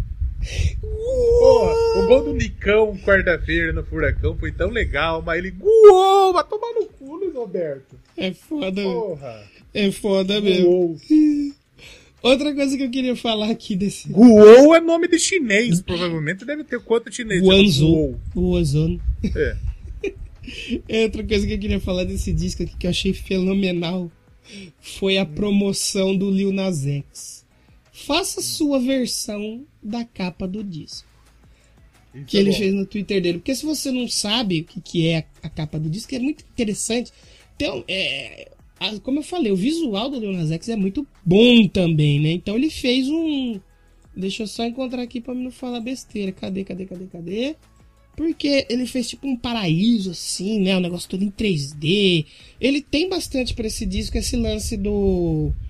Porra, o gol do Nicão quarta-feira no Furacão foi tão legal, mas ele... Vai tomar no cu, Luiz Roberto. É foda, porra. É foda mesmo. Outra coisa que eu queria falar aqui desse... Guou é nome de chinês, provavelmente deve ter quanto chinês. Guangzhou. É. Outra coisa que eu queria falar desse disco aqui que eu achei fenomenal foi a promoção do Lil Nas X. Faça sua versão da capa do disco. Isso que ele fez no Twitter dele. Porque se você não sabe o que é a capa do disco, é muito interessante. Então, como eu falei, o visual do Lil Nas X é muito bom também, né? Então ele fez um... Deixa eu só encontrar aqui pra não falar besteira. Cadê? Porque ele fez tipo um paraíso assim, né? Um negócio todo em 3D. Ele tem bastante pra esse disco, esse lance do...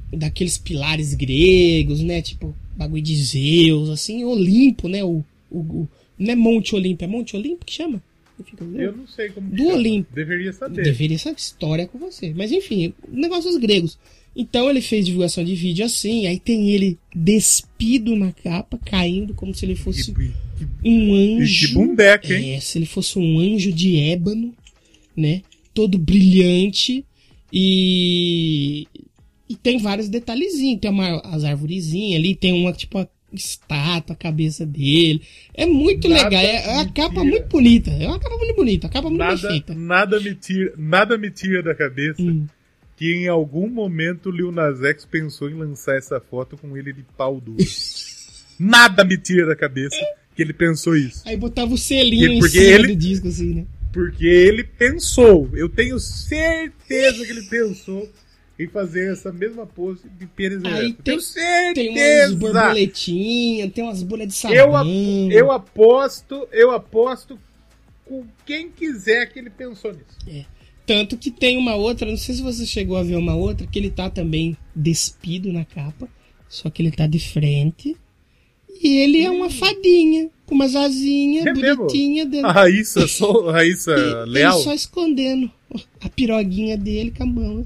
daqueles pilares gregos, né? Tipo, bagulho de Zeus, assim, Olimpo, né? Não é Monte Olimpo, é Monte Olimpo que chama? Eu não sei como do chama. Olimpo. Deveria saber. Deveria saber história com você. Mas enfim, negócios gregos. Então ele fez divulgação de vídeo assim, aí tem ele despido na capa, caindo como se ele fosse um anjo. Que bundeca, hein? Se ele fosse um anjo de ébano, né? Todo brilhante. E tem vários detalhezinhos. Tem as arvorezinhas ali, tem uma tipo uma estátua, a cabeça dele. É muito legal. É uma capa muito bonita. É uma capa muito bonita. A capa muito bem feita. Nada me tira da cabeça que em algum momento o Lil Nas X pensou em lançar essa foto com ele de pau duro. Nada me tira da cabeça que ele pensou isso. Aí botava o selinho em cima do disco, assim, né? Porque ele pensou. Eu tenho certeza que ele pensou em fazer essa mesma pose de pênis ereto. Tem umas borboletinhas, tem umas bolhas de sabão. Eu aposto com quem quiser que ele pensou nisso. Tanto que tem uma outra, não sei se você chegou a ver uma outra, que ele tá também despido na capa, só que ele tá de frente. E ele é uma fadinha, com umas asinhas bonitinhas dele. A Raíssa Leal? Ele só escondendo a piroguinha dele com a mão.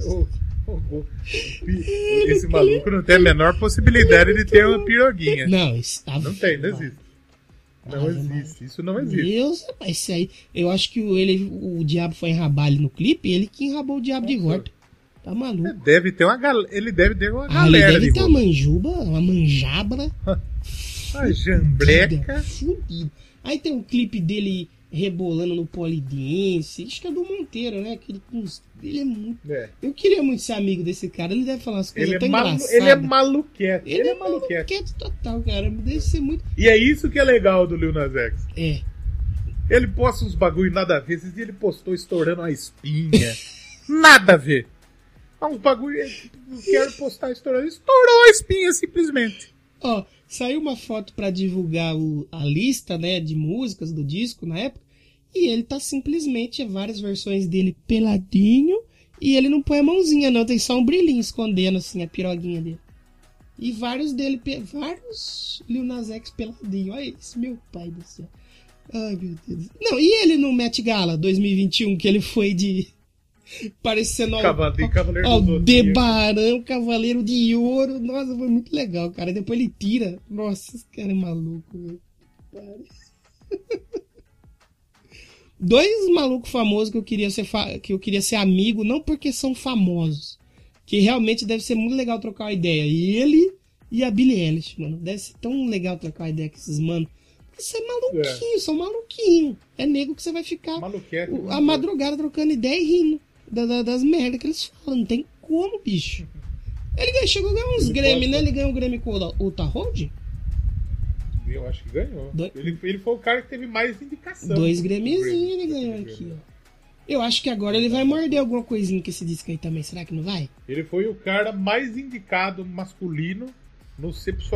Esse maluco não tem a menor possibilidade de ter uma piroguinha. Não, isso tá. Não tem, não existe. Não existe, isso não existe. Deus, esse aí, eu acho que o diabo foi enrabar ele no clipe, ele que enrabou o diabo de volta. Tá maluco. Ele deve ter uma galera ele deve ter uma manjabra. A jambreca. Fudido. Aí tem um clipe dele rebolando no polidense. Acho que é do Monteiro, né? Ele é muito. Eu queria muito ser amigo desse cara. Ele deve falar umas coisas tão engraçadas. Ele é maluquete. Ele é maluquete total, cara. Deve ser muito. E é isso que é legal do Lil Nas X. Ele posta uns bagulho nada a ver. Esses dias ele postou estourando uma espinha. Nada a ver. Uns bagulho. Não quero postar estourando. Estourou a espinha simplesmente. Saiu uma foto pra divulgar a lista, né, de músicas do disco na época. E ele tá simplesmente várias versões dele peladinho. E ele não põe a mãozinha, não. Tem só um brilhinho escondendo, assim, a piroguinha dele. E vários Lil Nas X peladinho. Olha isso, meu pai do céu. Ai, meu Deus. Não, e ele no Met Gala 2021, que ele foi de... parecendo o Debarão, Cavaleiro de Ouro. Nossa, foi muito legal, cara. Depois ele tira. Nossa, esse cara é maluco, velho. Dois malucos famosos que eu queria ser amigo, não porque são famosos, que realmente deve ser muito legal trocar uma ideia. Ele e a Billie Eilish, mano. Deve ser tão legal trocar uma ideia com esses manos. Você é maluquinho, são maluquinhos. É nego que você vai ficar a madrugada trocando ideia e rindo das merdas que eles falam. Não tem como, bicho. Ele chegou a ganhar uns Grammy, né? Ele ganhou um Grammy com o Ultra Road? Eu acho que ganhou. Ele foi o cara que teve mais indicação. 2 Grammyzinhos ele ganhou aqui, ó. Eu acho que agora ele vai morder alguma coisinha com esse disco aí também. Será que não vai? Ele foi o cara mais indicado masculino no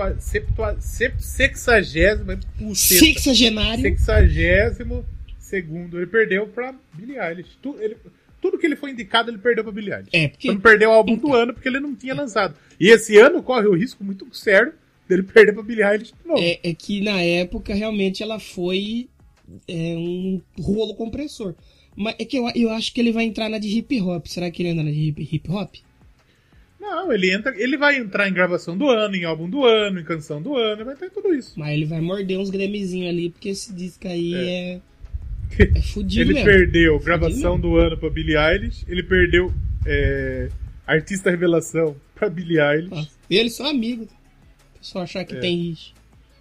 60º. Ele perdeu pra Billie Eilish. Tudo que ele foi indicado, ele perdeu pra Billie Eilish. Porque... Só não perdeu o álbum do ano porque ele não tinha lançado. E esse ano corre o risco muito sério dele perder pra Billie Eilish de novo. É que na época realmente ela foi um rolo compressor. Mas é que eu acho que ele vai entrar na de hip hop. Será que ele anda na de hip hop? Não, ele vai entrar em gravação do ano, em álbum do ano, em canção do ano, vai ter tudo isso. Mas ele vai morder uns Grammyzinhos ali, porque esse disco aí é fudido ele mesmo. Ele perdeu gravação do ano pra Billie Eilish, ele perdeu artista revelação pra Billie Eilish. Nossa, e eles são amigos. Só achar que tem rixa.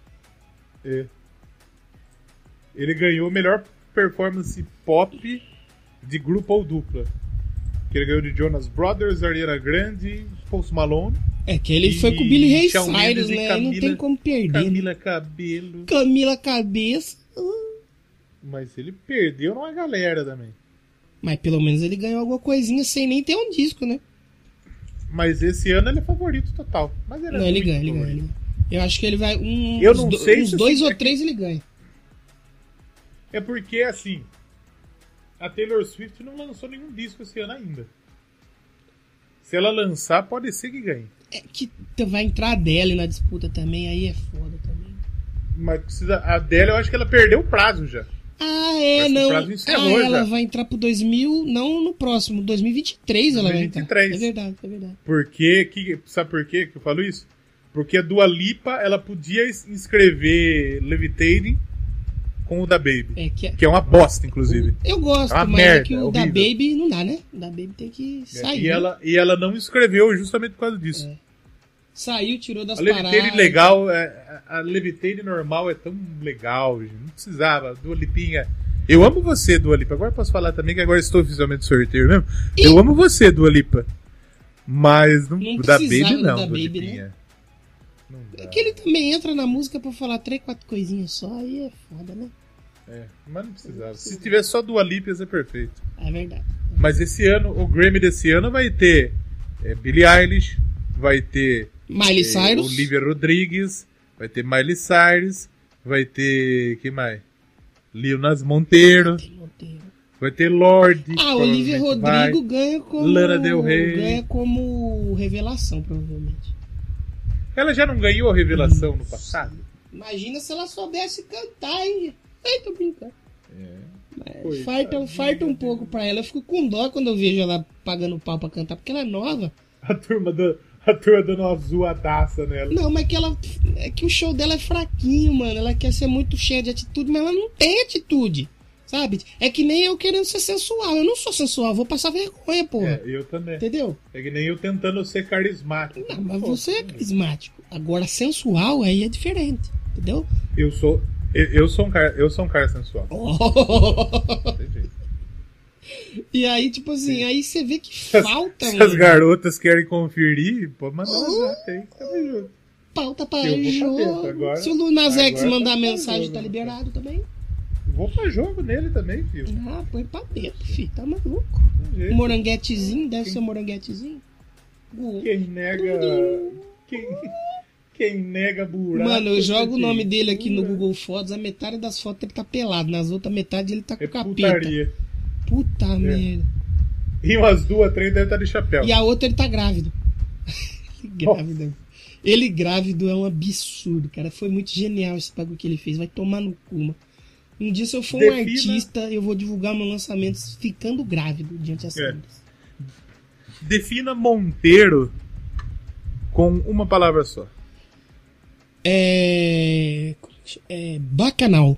Ele ganhou melhor performance pop de grupo ou dupla. Que ele ganhou de Jonas Brothers, Ariana Grande, Post Malone. Que ele foi com o Billy Ray Cyrus, né? Camila, não tem como perder. Camila Cabeça. Mas ele perdeu numa galera também. Mas pelo menos ele ganhou alguma coisinha sem nem ter um disco, né? Mas esse ano ele é favorito total. Mas ele ganha. Eu acho que ele vai... uns 2 ou 3 ele ganha. É porque, assim... A Taylor Swift não lançou nenhum disco esse ano ainda. Se ela lançar, pode ser que ganhe. É que vai entrar a Adele na disputa também, aí é foda também. Mas precisa. A Adele, eu acho que ela perdeu o prazo já. Ah, é, Parece não. o prazo encerrou Ela já. vai entrar pro 2000, não no próximo, 2023 ela vai entrar. 2023. É verdade, é verdade. Porque, sabe por quê que eu falo isso? Porque a Dua Lipa, ela podia inscrever Levitating com o da Baby. Que é uma bosta, inclusive. Eu gosto, É uma mas merda, é que o horrível. da Baby não dá, né? O da Baby tem que sair. E ela não inscreveu justamente por causa disso. Saiu, tirou das A paradas. Levitating legal, a Levitating normal é tão legal, gente. Não precisava. Dua Lipinha. Eu amo você, Dua Lipa. Agora posso falar também que agora estou oficialmente sorteio mesmo. Eu amo você, Dua Lipa. Mas não da Baby não, da Dua Baby, Lipinha. né? Não dá. É que ele também entra na música pra falar 3, 4 coisinhas só, aí é foda, né? Mas não precisava. Se tivesse só Dua Lipa ia ser perfeito. É verdade. Mas esse ano, o Grammy desse ano vai ter Billie Eilish, vai ter Miley Cyrus. Olivia Rodrigues, vai ter Miley Cyrus, vai ter, quem mais? Lil Nas Monteiro, vai ter Lorde. Ah, Olivia Rodrigo ganha como Lana Del Rey. Ganha como revelação, provavelmente. Ela já não ganhou a revelação no passado? Imagina se ela soubesse cantar, hein? Ai, tô brincando. Coitadinha. Farta um pouco pra ela. Eu fico com dó quando eu vejo ela pagando pau pra cantar, porque ela é nova. A turma dando uma zoadaça nela. Não, mas é que o show dela é fraquinho, mano. Ela quer ser muito cheia de atitude, mas ela não tem atitude, sabe? É que nem eu querendo ser sensual. Eu não sou sensual, vou passar vergonha, porra. Eu também. Entendeu? É que nem eu tentando ser carismático. Não, mas você é carismático. Agora, sensual aí é diferente, entendeu? Eu sou um cara sensual. Tem jeito. E aí, tipo assim, aí você vê que falta, Se mano. as garotas querem conferir, pode mandar um zap aí. Tamo junto. Falta pra Eu vou pra jogo. dentro agora. Se o Lunas X Agora mandar tá pra mensagem, jogo, tá liberado também. Vou pra jogo nele também, filho. Ah, põe pra dentro, filho. Tá maluco. jeito. Moranguetezinho, deve ser moranguetezinho. Quem nega. Quem nega buraco. Mano, eu jogo o nome dele aqui no Google Fotos, a metade das fotos ele tá pelado, nas outras metade ele tá com capeta. Putaria. Puta merda. E umas 2, 3 deve estar de chapéu. E a outra ele tá grávido. Grávido. Ele grávido é um absurdo, cara. Foi muito genial esse bagulho que ele fez. Vai tomar no cu, mano. Um dia, se eu for um artista, eu vou divulgar meu lançamento ficando grávido diante das câmeras. Defina Monteiro com uma palavra só. Bacanal.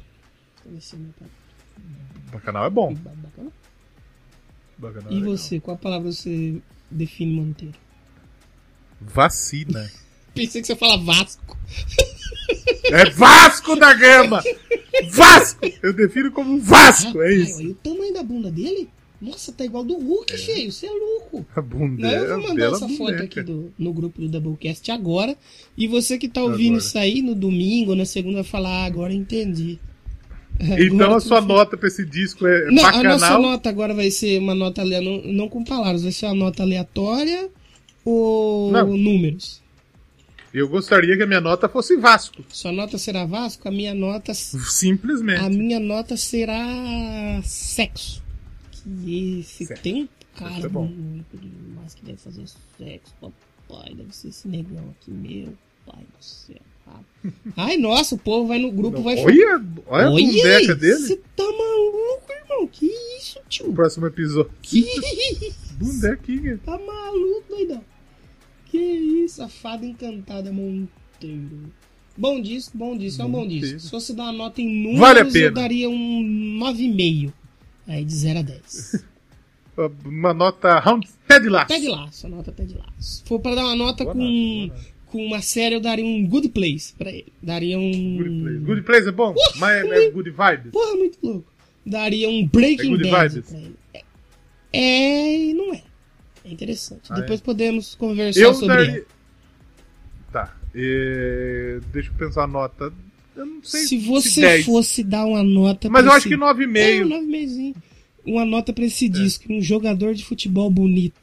Bacanal é bom. Bacanal. Bacanal E é você, qual a palavra você define Monteiro? Vacina. Pensei que você fala Vasco. É Vasco da Gama! Vasco! Eu defino como Vasco, é isso. Olha o tamanho da bunda dele. Nossa, tá igual do Hulk, feio. Você é louco. A bunda. Não, eu vou mandar essa foto aqui no grupo do Doublecast agora. E você que tá ouvindo isso aí no domingo ou na segunda vai falar, agora entendi. Então agora a sua nota pra esse disco é não, Bacanal? A nossa nota agora vai ser uma nota não com palavras, vai ser uma nota aleatória ou números? Eu gostaria que a minha nota fosse Vasco. Sua nota será Vasco? A minha nota... Simplesmente. A minha nota será sexo. Que esse Certo. tem um cara Isso é bom. muito demais que deve fazer sexo, papai. Deve ser esse negão aqui, meu pai do céu. Ai, nossa, o povo vai no grupo, vai falar. Olha a bundeca dele. Você tá maluco, irmão? Que isso, tio? No próximo episódio. Que isso? Bundequinha. Tá maluco, doidão? Que isso, a fada encantada Monteiro. Bom disco, é um bom disco. Se fosse dar uma nota em números, Vale a pena. eu daria um 9,5. Aí de 0 a 10. Uma nota Ted Lasso. Ted Lasso, a nota Ted Lasso. Se for pra dar uma nota com uma série, eu daria um Good Place pra ele. Daria um... Good Place é bom? Mas é Good Vibes? Porra, muito louco. Daria um Breaking Good Bad Vibes? pra ele. E não é. É interessante. Depois podemos conversar Eu sobre daria... ele. Tá. Deixa eu pensar a nota. Eu não sei se você 10. fosse dar uma nota... Mas eu pra acho que 9,5. 9,5. Uma nota pra esse disco. Um jogador de futebol bonito.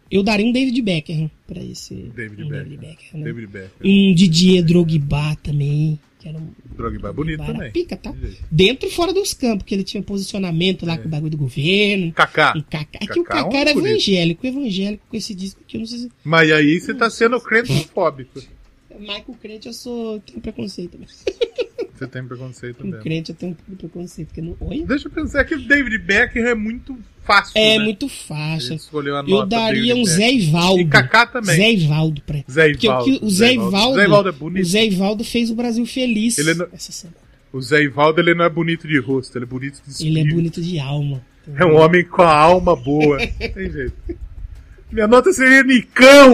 Eu daria um David Beckham pra esse. David Beckham, né? David Beckham. Um Didier Drogba também. Que era um Drogba bonito era também. pica, tá? Dentro e fora dos campos, que ele tinha posicionamento lá com o bagulho do governo. Kaká. Um Kaká. É que o Kaká era evangélico com esse disco que eu não sei se... Mas aí você tá sendo crentofóbico. Mas com crente eu tenho preconceito também. Você tem preconceito Com mesmo. crente eu tenho preconceito. Porque não... Oi? Deixa eu pensar que o David Beckham é muito fácil, É né? muito fácil. Escolheu a Eu nota daria um David Zé Beckham. Ivaldo. E Kaká também. Zé Ivaldo pra ele. Zé Porque Ivaldo. o Zé Ivaldo é bonito. O Zé Ivaldo fez o Brasil feliz essa semana. O Zé Ivaldo, ele não é bonito de rosto, ele é bonito de espírito. Ele é bonito de alma. É um homem com a alma boa. Tem jeito. Minha nota seria Nicão.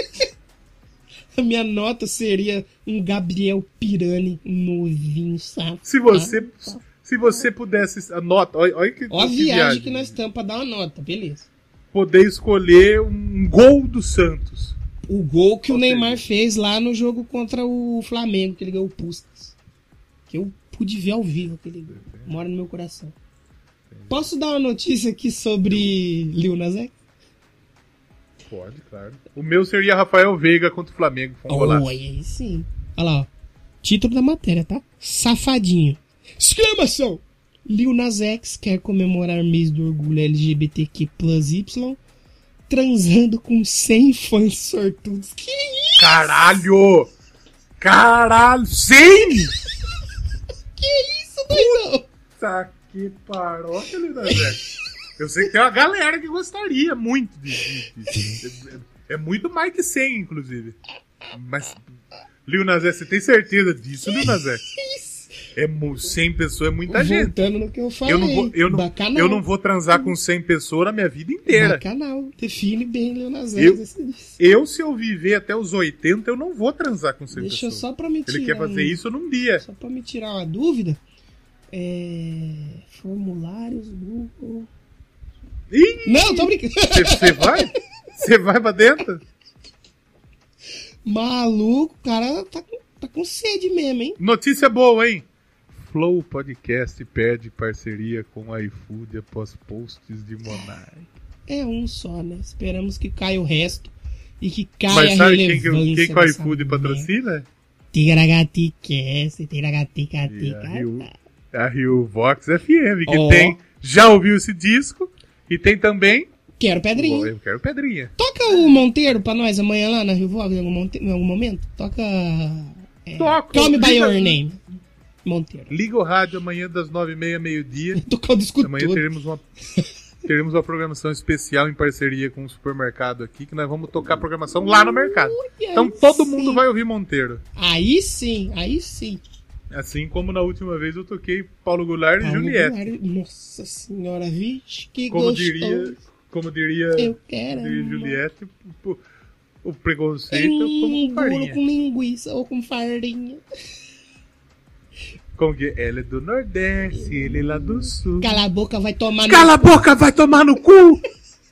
A minha nota seria um Gabriel Pirani novinho, sabe? Se você pudesse... A nota... Olha que Ó a viagem que nós estamos pra dar uma nota, beleza. Poder escolher um gol do Santos. O gol que o Neymar fez lá no jogo contra o Flamengo, que ele ganhou o Puskas. Que eu pude ver ao vivo aquele gol. Mora no meu coração. Posso dar uma notícia aqui sobre Lil Nas X? Pode, claro. O meu seria Rafael Veiga contra o Flamengo. Foi um golaço. Aí sim. Olha lá, ó. Título da matéria, tá? Safadinho. Exclamação! Lil Nas X quer comemorar mês do orgulho LGBTQ+Y transando com 100 fãs sortudos. Que isso? Caralho! Caralho! 100! Que isso, doidão? Tá que paróquia, Lil Nas X. Eu sei que tem uma galera que gostaria muito é muito mais que 100, inclusive. Mas, Lil Nas X, você tem certeza disso, Lil Nas X? 100 pessoas é muita gente. Voltando no que eu falei. Eu não vou transar com 100 pessoas na minha vida inteira. Bacanal. Define bem, Lil Nas X. Se eu viver até os 80, eu não vou transar com 100 Deixa pessoas. Só pra me tirar. Ele quer fazer isso num dia. Só pra me tirar uma dúvida. Formulários, Google... Ih, não, tô brincando. Você vai? Você vai pra dentro? Maluco, o cara tá com sede mesmo, hein? Notícia boa, hein? Flow Podcast perde parceria com o iFood após posts de Monark. É um só, né? Esperamos que caia o resto e que caia Mas a sabe relevância. quem que o iFood patrocina? Tigragaticast, Tigragatica. A Rio Vox FM, que já ouviu esse disco. E tem também... Quero Pedrinha. Eu quero Pedrinha. Toca o Monteiro pra nós amanhã lá na Rio Vox, em algum momento. Toca... Call Me By Your Name. Monteiro. Liga o rádio amanhã das 9h30, meio-dia. Tocar o disco amanhã todo. teremos uma programação especial em parceria com o supermercado aqui, que nós vamos tocar a programação lá no mercado. Então todo mundo vai ouvir Monteiro. Aí sim. Assim como na última vez eu toquei Paulo Goulart e Juliette. Nossa senhora, vixe, que gostoso. Como diria eu quero Juliette, o preconceito como farinha. Com linguiça ou com farinha. Como que ela é do Nordeste, ele é lá do Sul. Cala a boca, vai tomar Cala a boca, vai tomar no cu!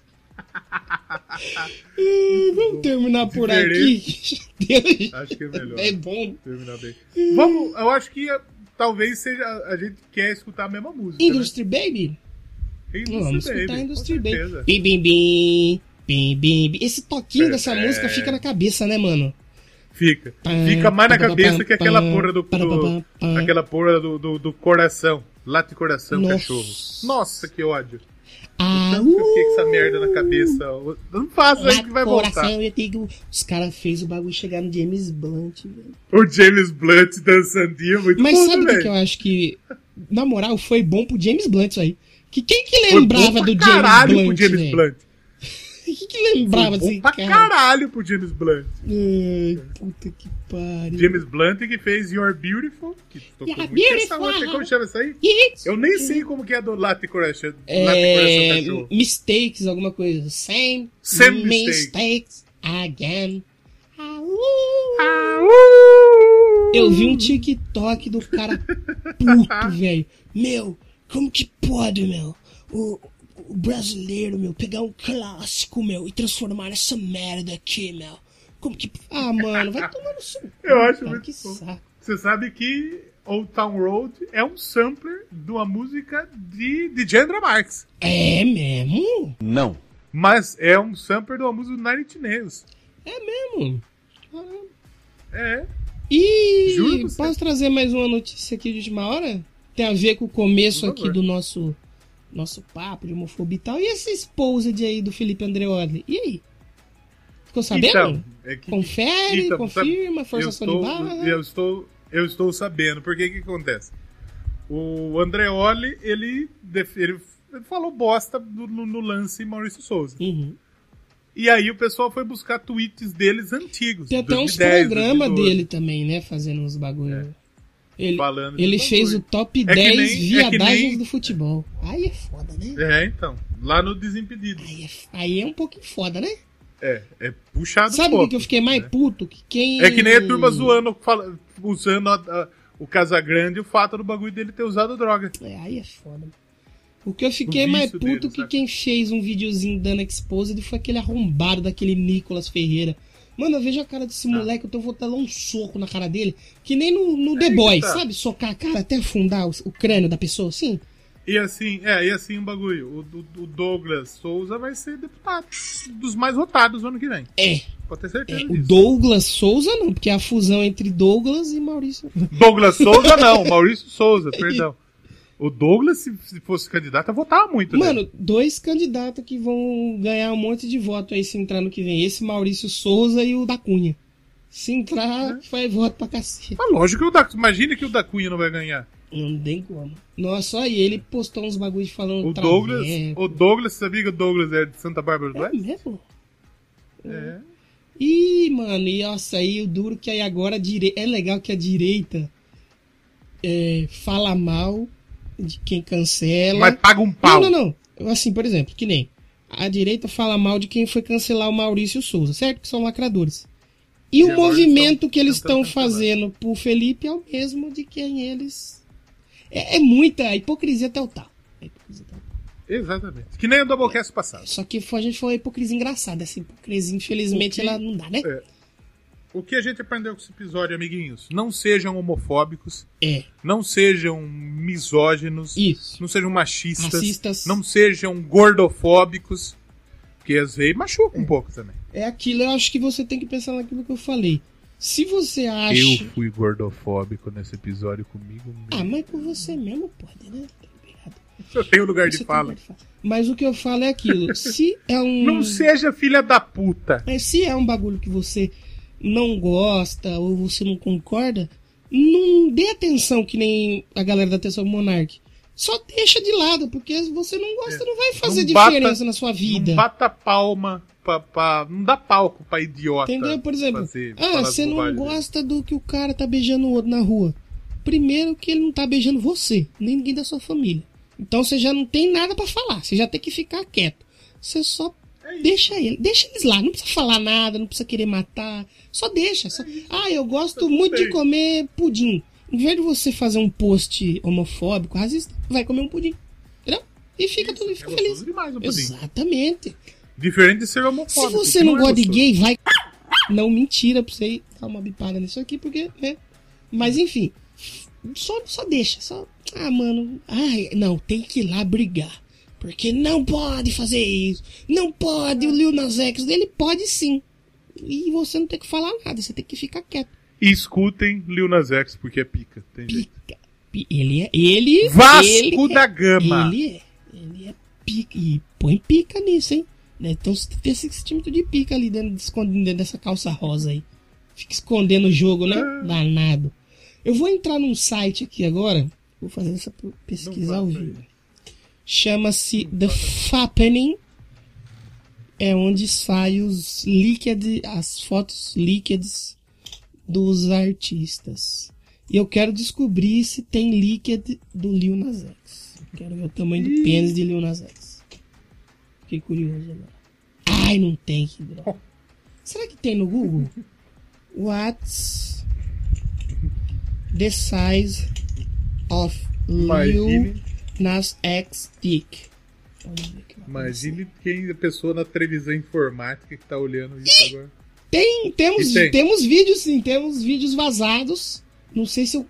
Vamos terminar por aqui. Deus. Acho que é melhor. É bom. Terminar bem. Vamos, eu acho que talvez seja. A gente quer escutar a mesma música. Industry né? Baby? Vamos escutar Industry Baby. Bim, bim, bim. Bim, bim, bim. Esse toquinho dessa música fica na cabeça, né, mano? Fica mais na cabeça que aquela porra aquela porra do coração. Late coração, cachorro. Nossa, que ódio. Eu fiquei com essa merda na cabeça. Não faço aí que vai voltar. Eu digo, os caras fez o bagulho chegar no James Blunt, velho. O James Blunt dançandinho, muito Mas bom, sabe o que eu acho que, na moral, foi bom pro James Blunt isso aí? Que quem que lembrava do James Blunt? Quem lembrava desse cara? Pra caralho pro James Blunt. Ai, puta que pariu. James Blunt que fez You're Beautiful. Que tocou muito essa música. Como chama isso aí? Eu nem sei como que é do Latte Coração Cachorro. Mistakes, alguma coisa. Same mistakes again. Eu vi um TikTok do cara puto, velho. Meu, como que pode, meu? O brasileiro, meu, pegar um clássico, meu, e transformar nessa merda aqui, meu. Como que... Ah, mano, vai tomar no seu... Eu acho muito que bom. saco. Você sabe que Old Town Road é um sampler de uma música de Andra Marques. É mesmo? Não. Mas é um sampler de uma música do Nine Inch Nails. É mesmo? É. E posso trazer mais uma notícia aqui de última hora? Tem a ver com o começo aqui do nosso papo de homofobia e tal. E esse exposed aí do Felipe Andreoli? E aí? Ficou sabendo? Então, confere, confirma, forçação de barra? Eu estou sabendo. Porque o que acontece? O Andreoli, ele falou bosta no lance Maurício Souza. Uhum. E aí o pessoal foi buscar tweets deles antigos. Tem até 2010, uns programas 2012. dele também, né? Fazendo uns bagulho. Ele dos fez o bagulho. top 10 viadagens do futebol. Aí é foda, né? É, então. Lá no Desimpedido. Aí é um pouquinho foda, né? É puxado. Sabe o que eu fiquei mais puto? Que quem... É que nem a turma zoando, usando o Casagrande e o fato do bagulho dele ter usado droga. Aí é foda. O que eu fiquei mais puto dele, que sabe? quem fez um videozinho dando exposed foi aquele arrombado daquele Nicolas Ferreira. Mano, eu vejo a cara desse moleque, eu tô voltando um soco na cara dele, que nem no The Boys, sabe? Socar a cara até afundar o crânio da pessoa, assim. E assim um bagulho. O Douglas Souza vai ser deputado dos mais votados no ano que vem. Pode ter certeza disso. O Douglas Souza não, porque é a fusão entre Douglas e Maurício. Douglas Souza não, Maurício Souza, perdão. O Douglas, se fosse candidato, votava muito. Mano, né? 2 candidatos que vão ganhar um monte de voto aí se entrar no que vem. Esse Maurício Souza e o da Cunha. Se entrar, vai voto pra cacete. Mas lógico que imagina que o da Cunha não vai ganhar. Não tem como. Nossa, aí ele postou uns bagulhos falando O Douglas, sabia que o Douglas é de Santa Bárbara do Oeste? É mesmo? É. Ih, mano, e nossa, aí o duro que aí agora é legal que a direita fala mal de quem cancela. Mas paga um pau. Não. Assim, por exemplo, que nem a direita fala mal de quem foi cancelar o Maurício Souza, certo? Que são lacradores. E o movimento que eles estão fazendo pro Felipe é o mesmo de quem eles... É muita hipocrisia até o tal. Exatamente. Que nem o Doublecast passado. Só que a gente foi hipocrisia engraçada. Essa hipocrisia, infelizmente, ela não dá, né? O que a gente aprendeu com esse episódio, amiguinhos? Não sejam homofóbicos. Não sejam misóginos. Isso. Não sejam machistas. Racistas. Não sejam gordofóbicos. Porque às vezes machuca um pouco também. É aquilo, eu acho que você tem que pensar naquilo que eu falei. Se você acha... Eu fui gordofóbico nesse episódio comigo mesmo. Mas por você mesmo pode, né? Obrigado. Eu tenho lugar de fala. Mas o que eu falo é aquilo. Se é um... Não seja filha da puta. Se é um bagulho que você não gosta ou você não concorda, não dê atenção que nem a galera da Atenção Monark. Só deixa de lado, porque você não gosta, não vai fazer diferença na sua vida. Não bata palma, não dá palco pra idiota. Entendeu? Por exemplo, você não gosta do que o cara tá beijando o outro na rua. Primeiro que ele não tá beijando você, nem ninguém da sua família. Então você já não tem nada pra falar, você já tem que ficar quieto. Você só deixa eles lá, não precisa falar nada, não precisa querer matar, só deixa. Eu gosto muito de comer pudim. Em vez de você fazer um post homofóbico, racista, vai comer um pudim. Entendeu? E fica tudo feliz. Demais o pudim. Exatamente. Diferente de ser homofóbico. Se você não gosta de gay, vai... Não, mentira pra você dar uma bipada nisso aqui, porque, né? Mas enfim, só deixa. Mano, não, tem que ir lá brigar. Porque não pode fazer isso. Não pode, o Lil Nas X dele pode sim. E você não tem que falar nada, você tem que ficar quieto. E escutem Lil Nas X, porque é pica. Pica. Ele Vasco da Gama. Ele é pica. E põe pica nisso, hein? Então tem esse time de pica ali escondendo dentro dessa calça rosa aí. Fica escondendo o jogo, né? Danado. Eu vou entrar num site aqui agora. Vou fazer essa pesquisa ao vivo. Chama-se The Fappening. É onde saem as fotos líquidas dos artistas. E eu quero descobrir se tem líquido do Lil Nas X. Quero ver o tamanho do pênis de Lil Nas X. Fiquei curioso agora. Não tem, que droga. Será que tem no Google? What's the size of Lil Nas X dick? Imagine a pessoa na televisão informática que tá olhando isso agora. Temos vídeos, sim. Temos vídeos vazados. Não sei se eu...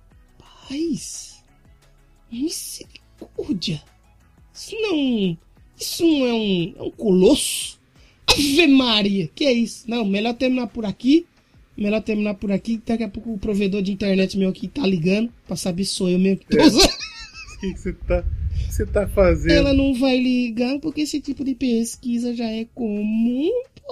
Rapaz. Misericórdia. Isso não Isso não é um colosso? Ave Maria, que é isso? Não, melhor terminar por aqui. Daqui a pouco o provedor de internet meu aqui tá ligando pra saber se sou eu mesmo que tô usando. O que você tá fazendo? Ela não vai ligar porque esse tipo de pesquisa já é comum.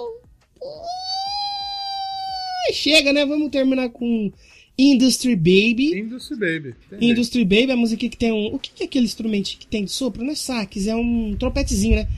Chega, né? Vamos terminar com Industry Baby. Industry Baby, a música que tem um... O que é aquele instrumento que tem de sopro? Não é sax, é um trompetezinho, né?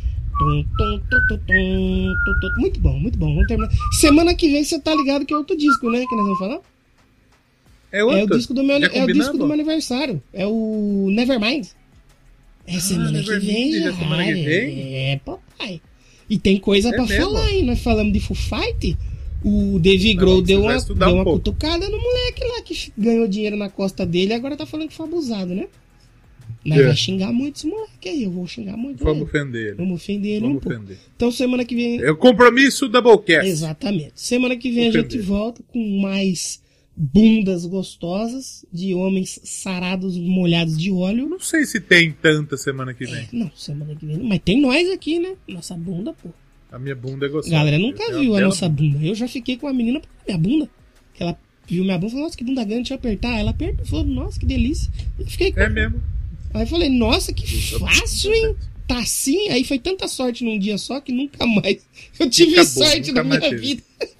Muito bom. Vamos terminar. Semana que vem você tá ligado que é outro disco, né? Que nós vamos falar? É outro? É o disco do meu aniversário. É o Nevermind. É semana que vem já. É, papai. E tem coisa pra falar, hein? Nós falamos de Foo Fight. O Dave Grohl deu uma cutucada no moleque lá que ganhou dinheiro na costa dele e agora tá falando que foi abusado, né? Nós vai xingar muito esse moleque aí, eu vou xingar muito. Vamos ofender ele. Um pouco. Então semana que vem... É o compromisso Doublecast. Exatamente. Semana que vem a gente volta com mais bundas gostosas de homens sarados, molhados de óleo. Não sei se tem tanta semana que vem. Não, semana que vem. Mas tem nós aqui, né? Nossa bunda, pô. A minha bunda é gostosa. Galera nunca viu a nossa bunda. Eu já fiquei com a menina por minha bunda. Que ela viu minha bunda e falou, nossa, que bunda grande, deixa eu apertar. Ela apertou e falou, nossa, que delícia. Eu fiquei com mesmo. Aí eu falei, nossa, que fácil, hein? Tá assim? Aí foi tanta sorte num dia só que nunca mais eu tive sorte na minha vida.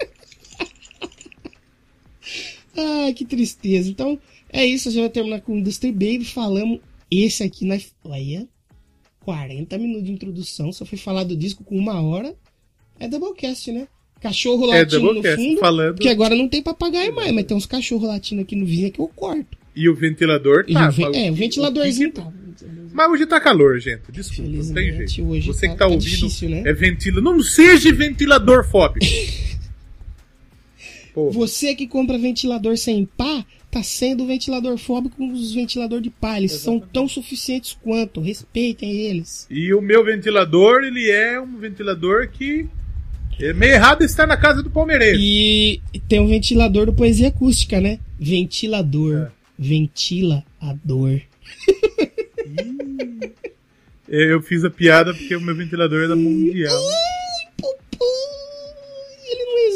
Ai, que tristeza. Então, é isso. A gente vai terminar com o Industry Baby. Falamos esse aqui na... Olha, 40 minutos de introdução. Só fui falar do disco com 1 hora. É Doublecast, né? Cachorro latindo no fundo. Falando... Porque agora não tem papagaio mais, mas tem uns cachorros latindo aqui no vizinho que eu corto. E o ventilador tá. O ventiladorzinho tá. Mas hoje tá calor, gente. Desculpa, não tem jeito. Hoje você que tá ouvindo difícil, né? é ventilador. Não seja ventilador fóbico. Você que compra ventilador sem pá, tá sendo ventilador fóbico com os ventiladores de pá. Eles são tão suficientes quanto. Respeitem eles. E o meu ventilador, ele é um ventilador que... É meio errado estar na casa do palmeirense. E tem um ventilador do Poesia Acústica, né? Ventilador. Ventila a dor. Eu fiz a piada porque o meu ventilador é da Mundial. Ele não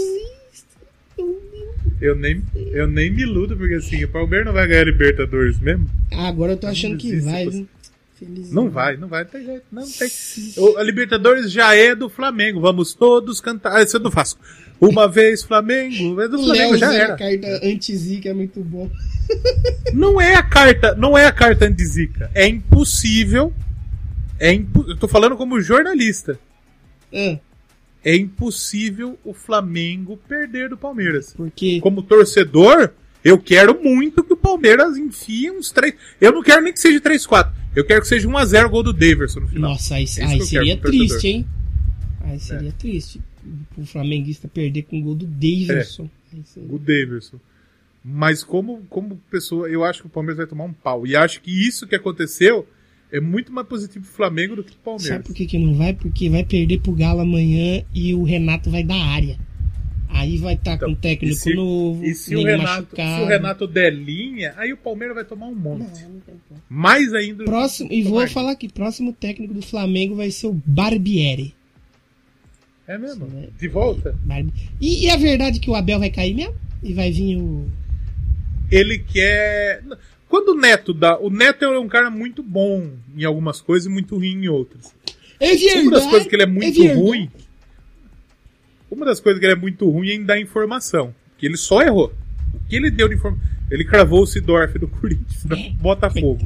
existe. Eu nem me iludo, porque assim, o Palmeiras não vai ganhar Libertadores mesmo. Agora eu tô achando que vai, viu? Não vai, não tem jeito. Não tem. A Libertadores já é do Flamengo. Vamos todos cantar. Esse é do Vasco. Uma vez Flamengo. É do Flamengo, já era. A carta anti-zica é muito bom. Não é a carta anti-zica. É impossível. Eu tô falando como jornalista. É impossível o Flamengo perder do Palmeiras. Porque como torcedor, eu quero muito que o Palmeiras enfie uns 3. Eu não quero nem que seja 3-4. Eu quero que seja 1-0 o gol do Daverson no final. Nossa, aí seria triste, hein? Aí seria triste. O flamenguista perder com o gol do Daverson. O Daverson. Mas como pessoa, eu acho que o Palmeiras vai tomar um pau. E acho que isso que aconteceu é muito mais positivo pro Flamengo do que pro Palmeiras. Sabe por que não vai? Porque vai perder pro Galo amanhã e o Renato vai dar área. Aí vai estar com um técnico novo. E se o Renato der linha, aí o Palmeiras vai tomar um monte. Não tem como. Mais ainda. Vou falar aqui, próximo técnico do Flamengo vai ser o Barbieri. É mesmo? De volta? E a verdade é que o Abel vai cair mesmo? E vai vir o... Ele quer... Quando o Neto dá... O Neto é um cara muito bom em algumas coisas e muito ruim em outras. É verdade. Uma das coisas que ele é muito ruim... Uma das coisas que ele é muito ruim é em dar informação. Que ele só errou. O que ele deu de informação... Ele cravou o Sidorf do Corinthians no Botafogo.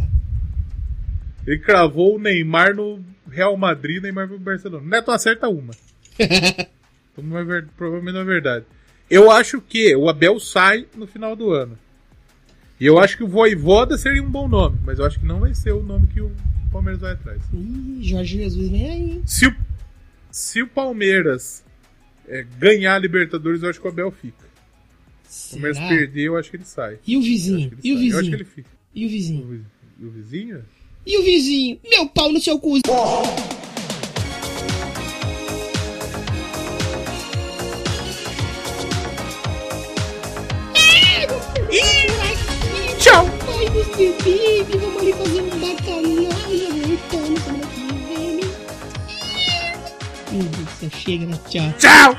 Ele cravou o Neymar no Real Madrid, Neymar no Barcelona. O Neto acerta uma. Então provavelmente não é verdade. Eu acho que o Abel sai no final do ano. E eu acho que o Voivoda seria um bom nome. Mas eu acho que não vai ser o nome que o Palmeiras vai atrás. Jorge Jesus vem aí. Se o Palmeiras ganhar a Libertadores, eu acho que o Abel fica. Se o Palmeiras perder, eu acho que ele sai. E o vizinho? Eu acho que ele fica. E o vizinho? E o vizinho? E o vizinho? Meu pau no seu cu. Tchau! Ai, Mr. Baby, vamos ali fazer um bacanal. Já voltamos semana que vem. Então chega, né? Tchau. Tchau!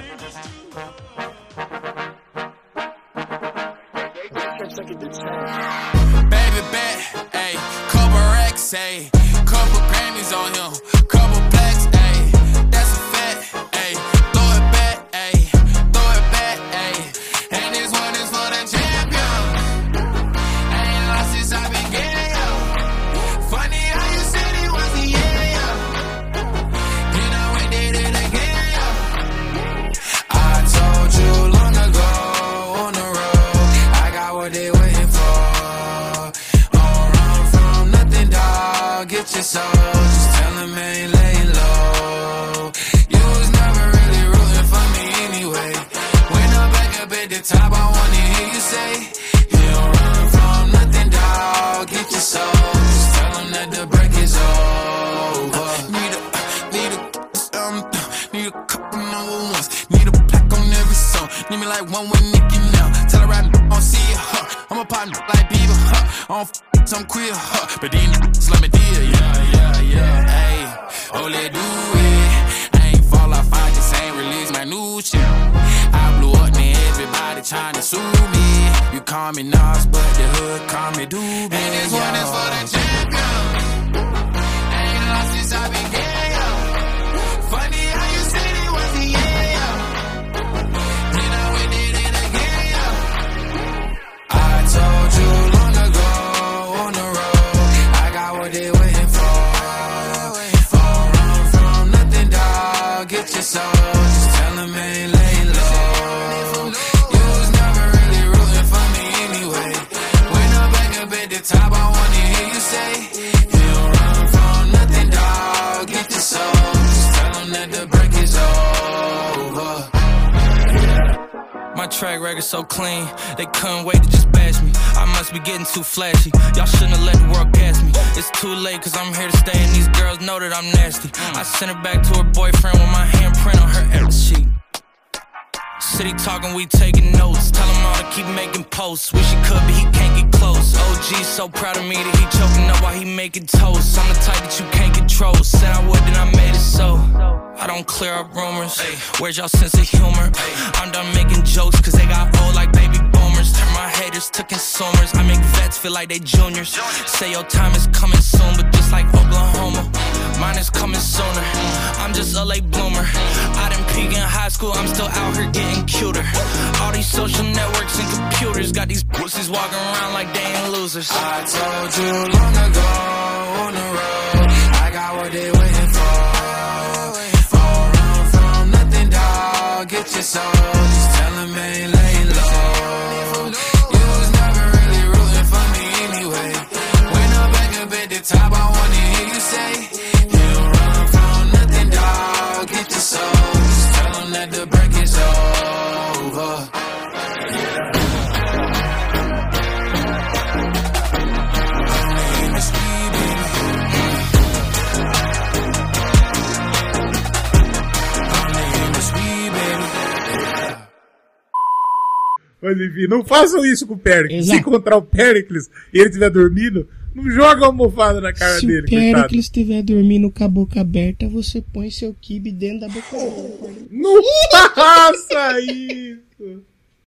Baby bet, ayy, couple racks, ayy, couple Grammys on him, couple blacks, ayy, that's a fact, ayy, throw it back, ayy, throw it back, ayy, and this one is for the champion, ain't lost since I began, yo, funny how you said it was the then I went did it again, yo, I told you long ago on the road, I got what they waiting for. Get your soul, just tell him I ain't laying low. You was never really rooting for me anyway. When I'm back up at the top, I wanna hear you say, you don't run from nothing, dawg. Get your soul, just tell him that the break is over. Need a couple number ones. Need a plaque on every song. Need me like one with Nicki now. Tell her I don't see it, huh? I'm a partner like Bieber, huh? I don't some queer, huh? But these niggas let me deal, yeah, ayy. Oh, let do it. I ain't fall off, I just ain't release my new shit. I blew up, man, everybody trying to sue me. You call me Nas, but the hood call me Doobie. And this one is for the champion. Ain't lost since I began, yo. Funny how you said it was the yo. Then I went did it again, yo. I told you long ago on the road, I got what they waiting for. Don't run from nothing, dawg. Get your soul, just tell them I ain't laying low. You was never really rooting for me anyway. When I'm back up at the top, I wanna hear you say, you don't run from nothing, dawg. Get your soul, just tell them that the break is over. My track record so clean, they couldn't wait to just bash me. I must be getting too flashy. Y'all shouldn't have let the world gas me. It's too late cause I'm here to stay and these girls know that I'm nasty. I sent her back to her boyfriend with my handprint on her ass sheet. City talking, we taking notes. Tell him all to keep making posts. Wish he could, but he can't get close. OG so proud of me that he choking up while he making toast. I'm the type that you can't control. Said I would, then I made it so. I don't clear up rumors. Where's y'all sense of humor? I'm done making jokes cause they got old like baby boomers. Turn my haters to consumers. I make vets feel like they juniors. Say your time is coming soon, but just like Oklahoma, mine is coming sooner. I'm just a late bloomer. I didn't peak in high school, I'm still out here getting cuter. All these social networks and computers got these pussies walking around like they ain't losers. I told you long ago on the road, I got what they waiting for. Don't run from nothing, dawg. Get your soul, just tell them I ain't laying low. You was never really rooting for me anyway. When I'm back up at the top, I wanna hear you say, you don't run from nothing, dawg. Get your soul, just tell them that the break is over. Mas enfim, não façam isso com o Péricles. Exato. Se encontrar o Péricles e ele estiver dormindo, não joga uma almofada na cara Se dele, o Péricles estiver dormindo com a boca aberta, você põe seu quibe dentro da boca dele. Não faça isso!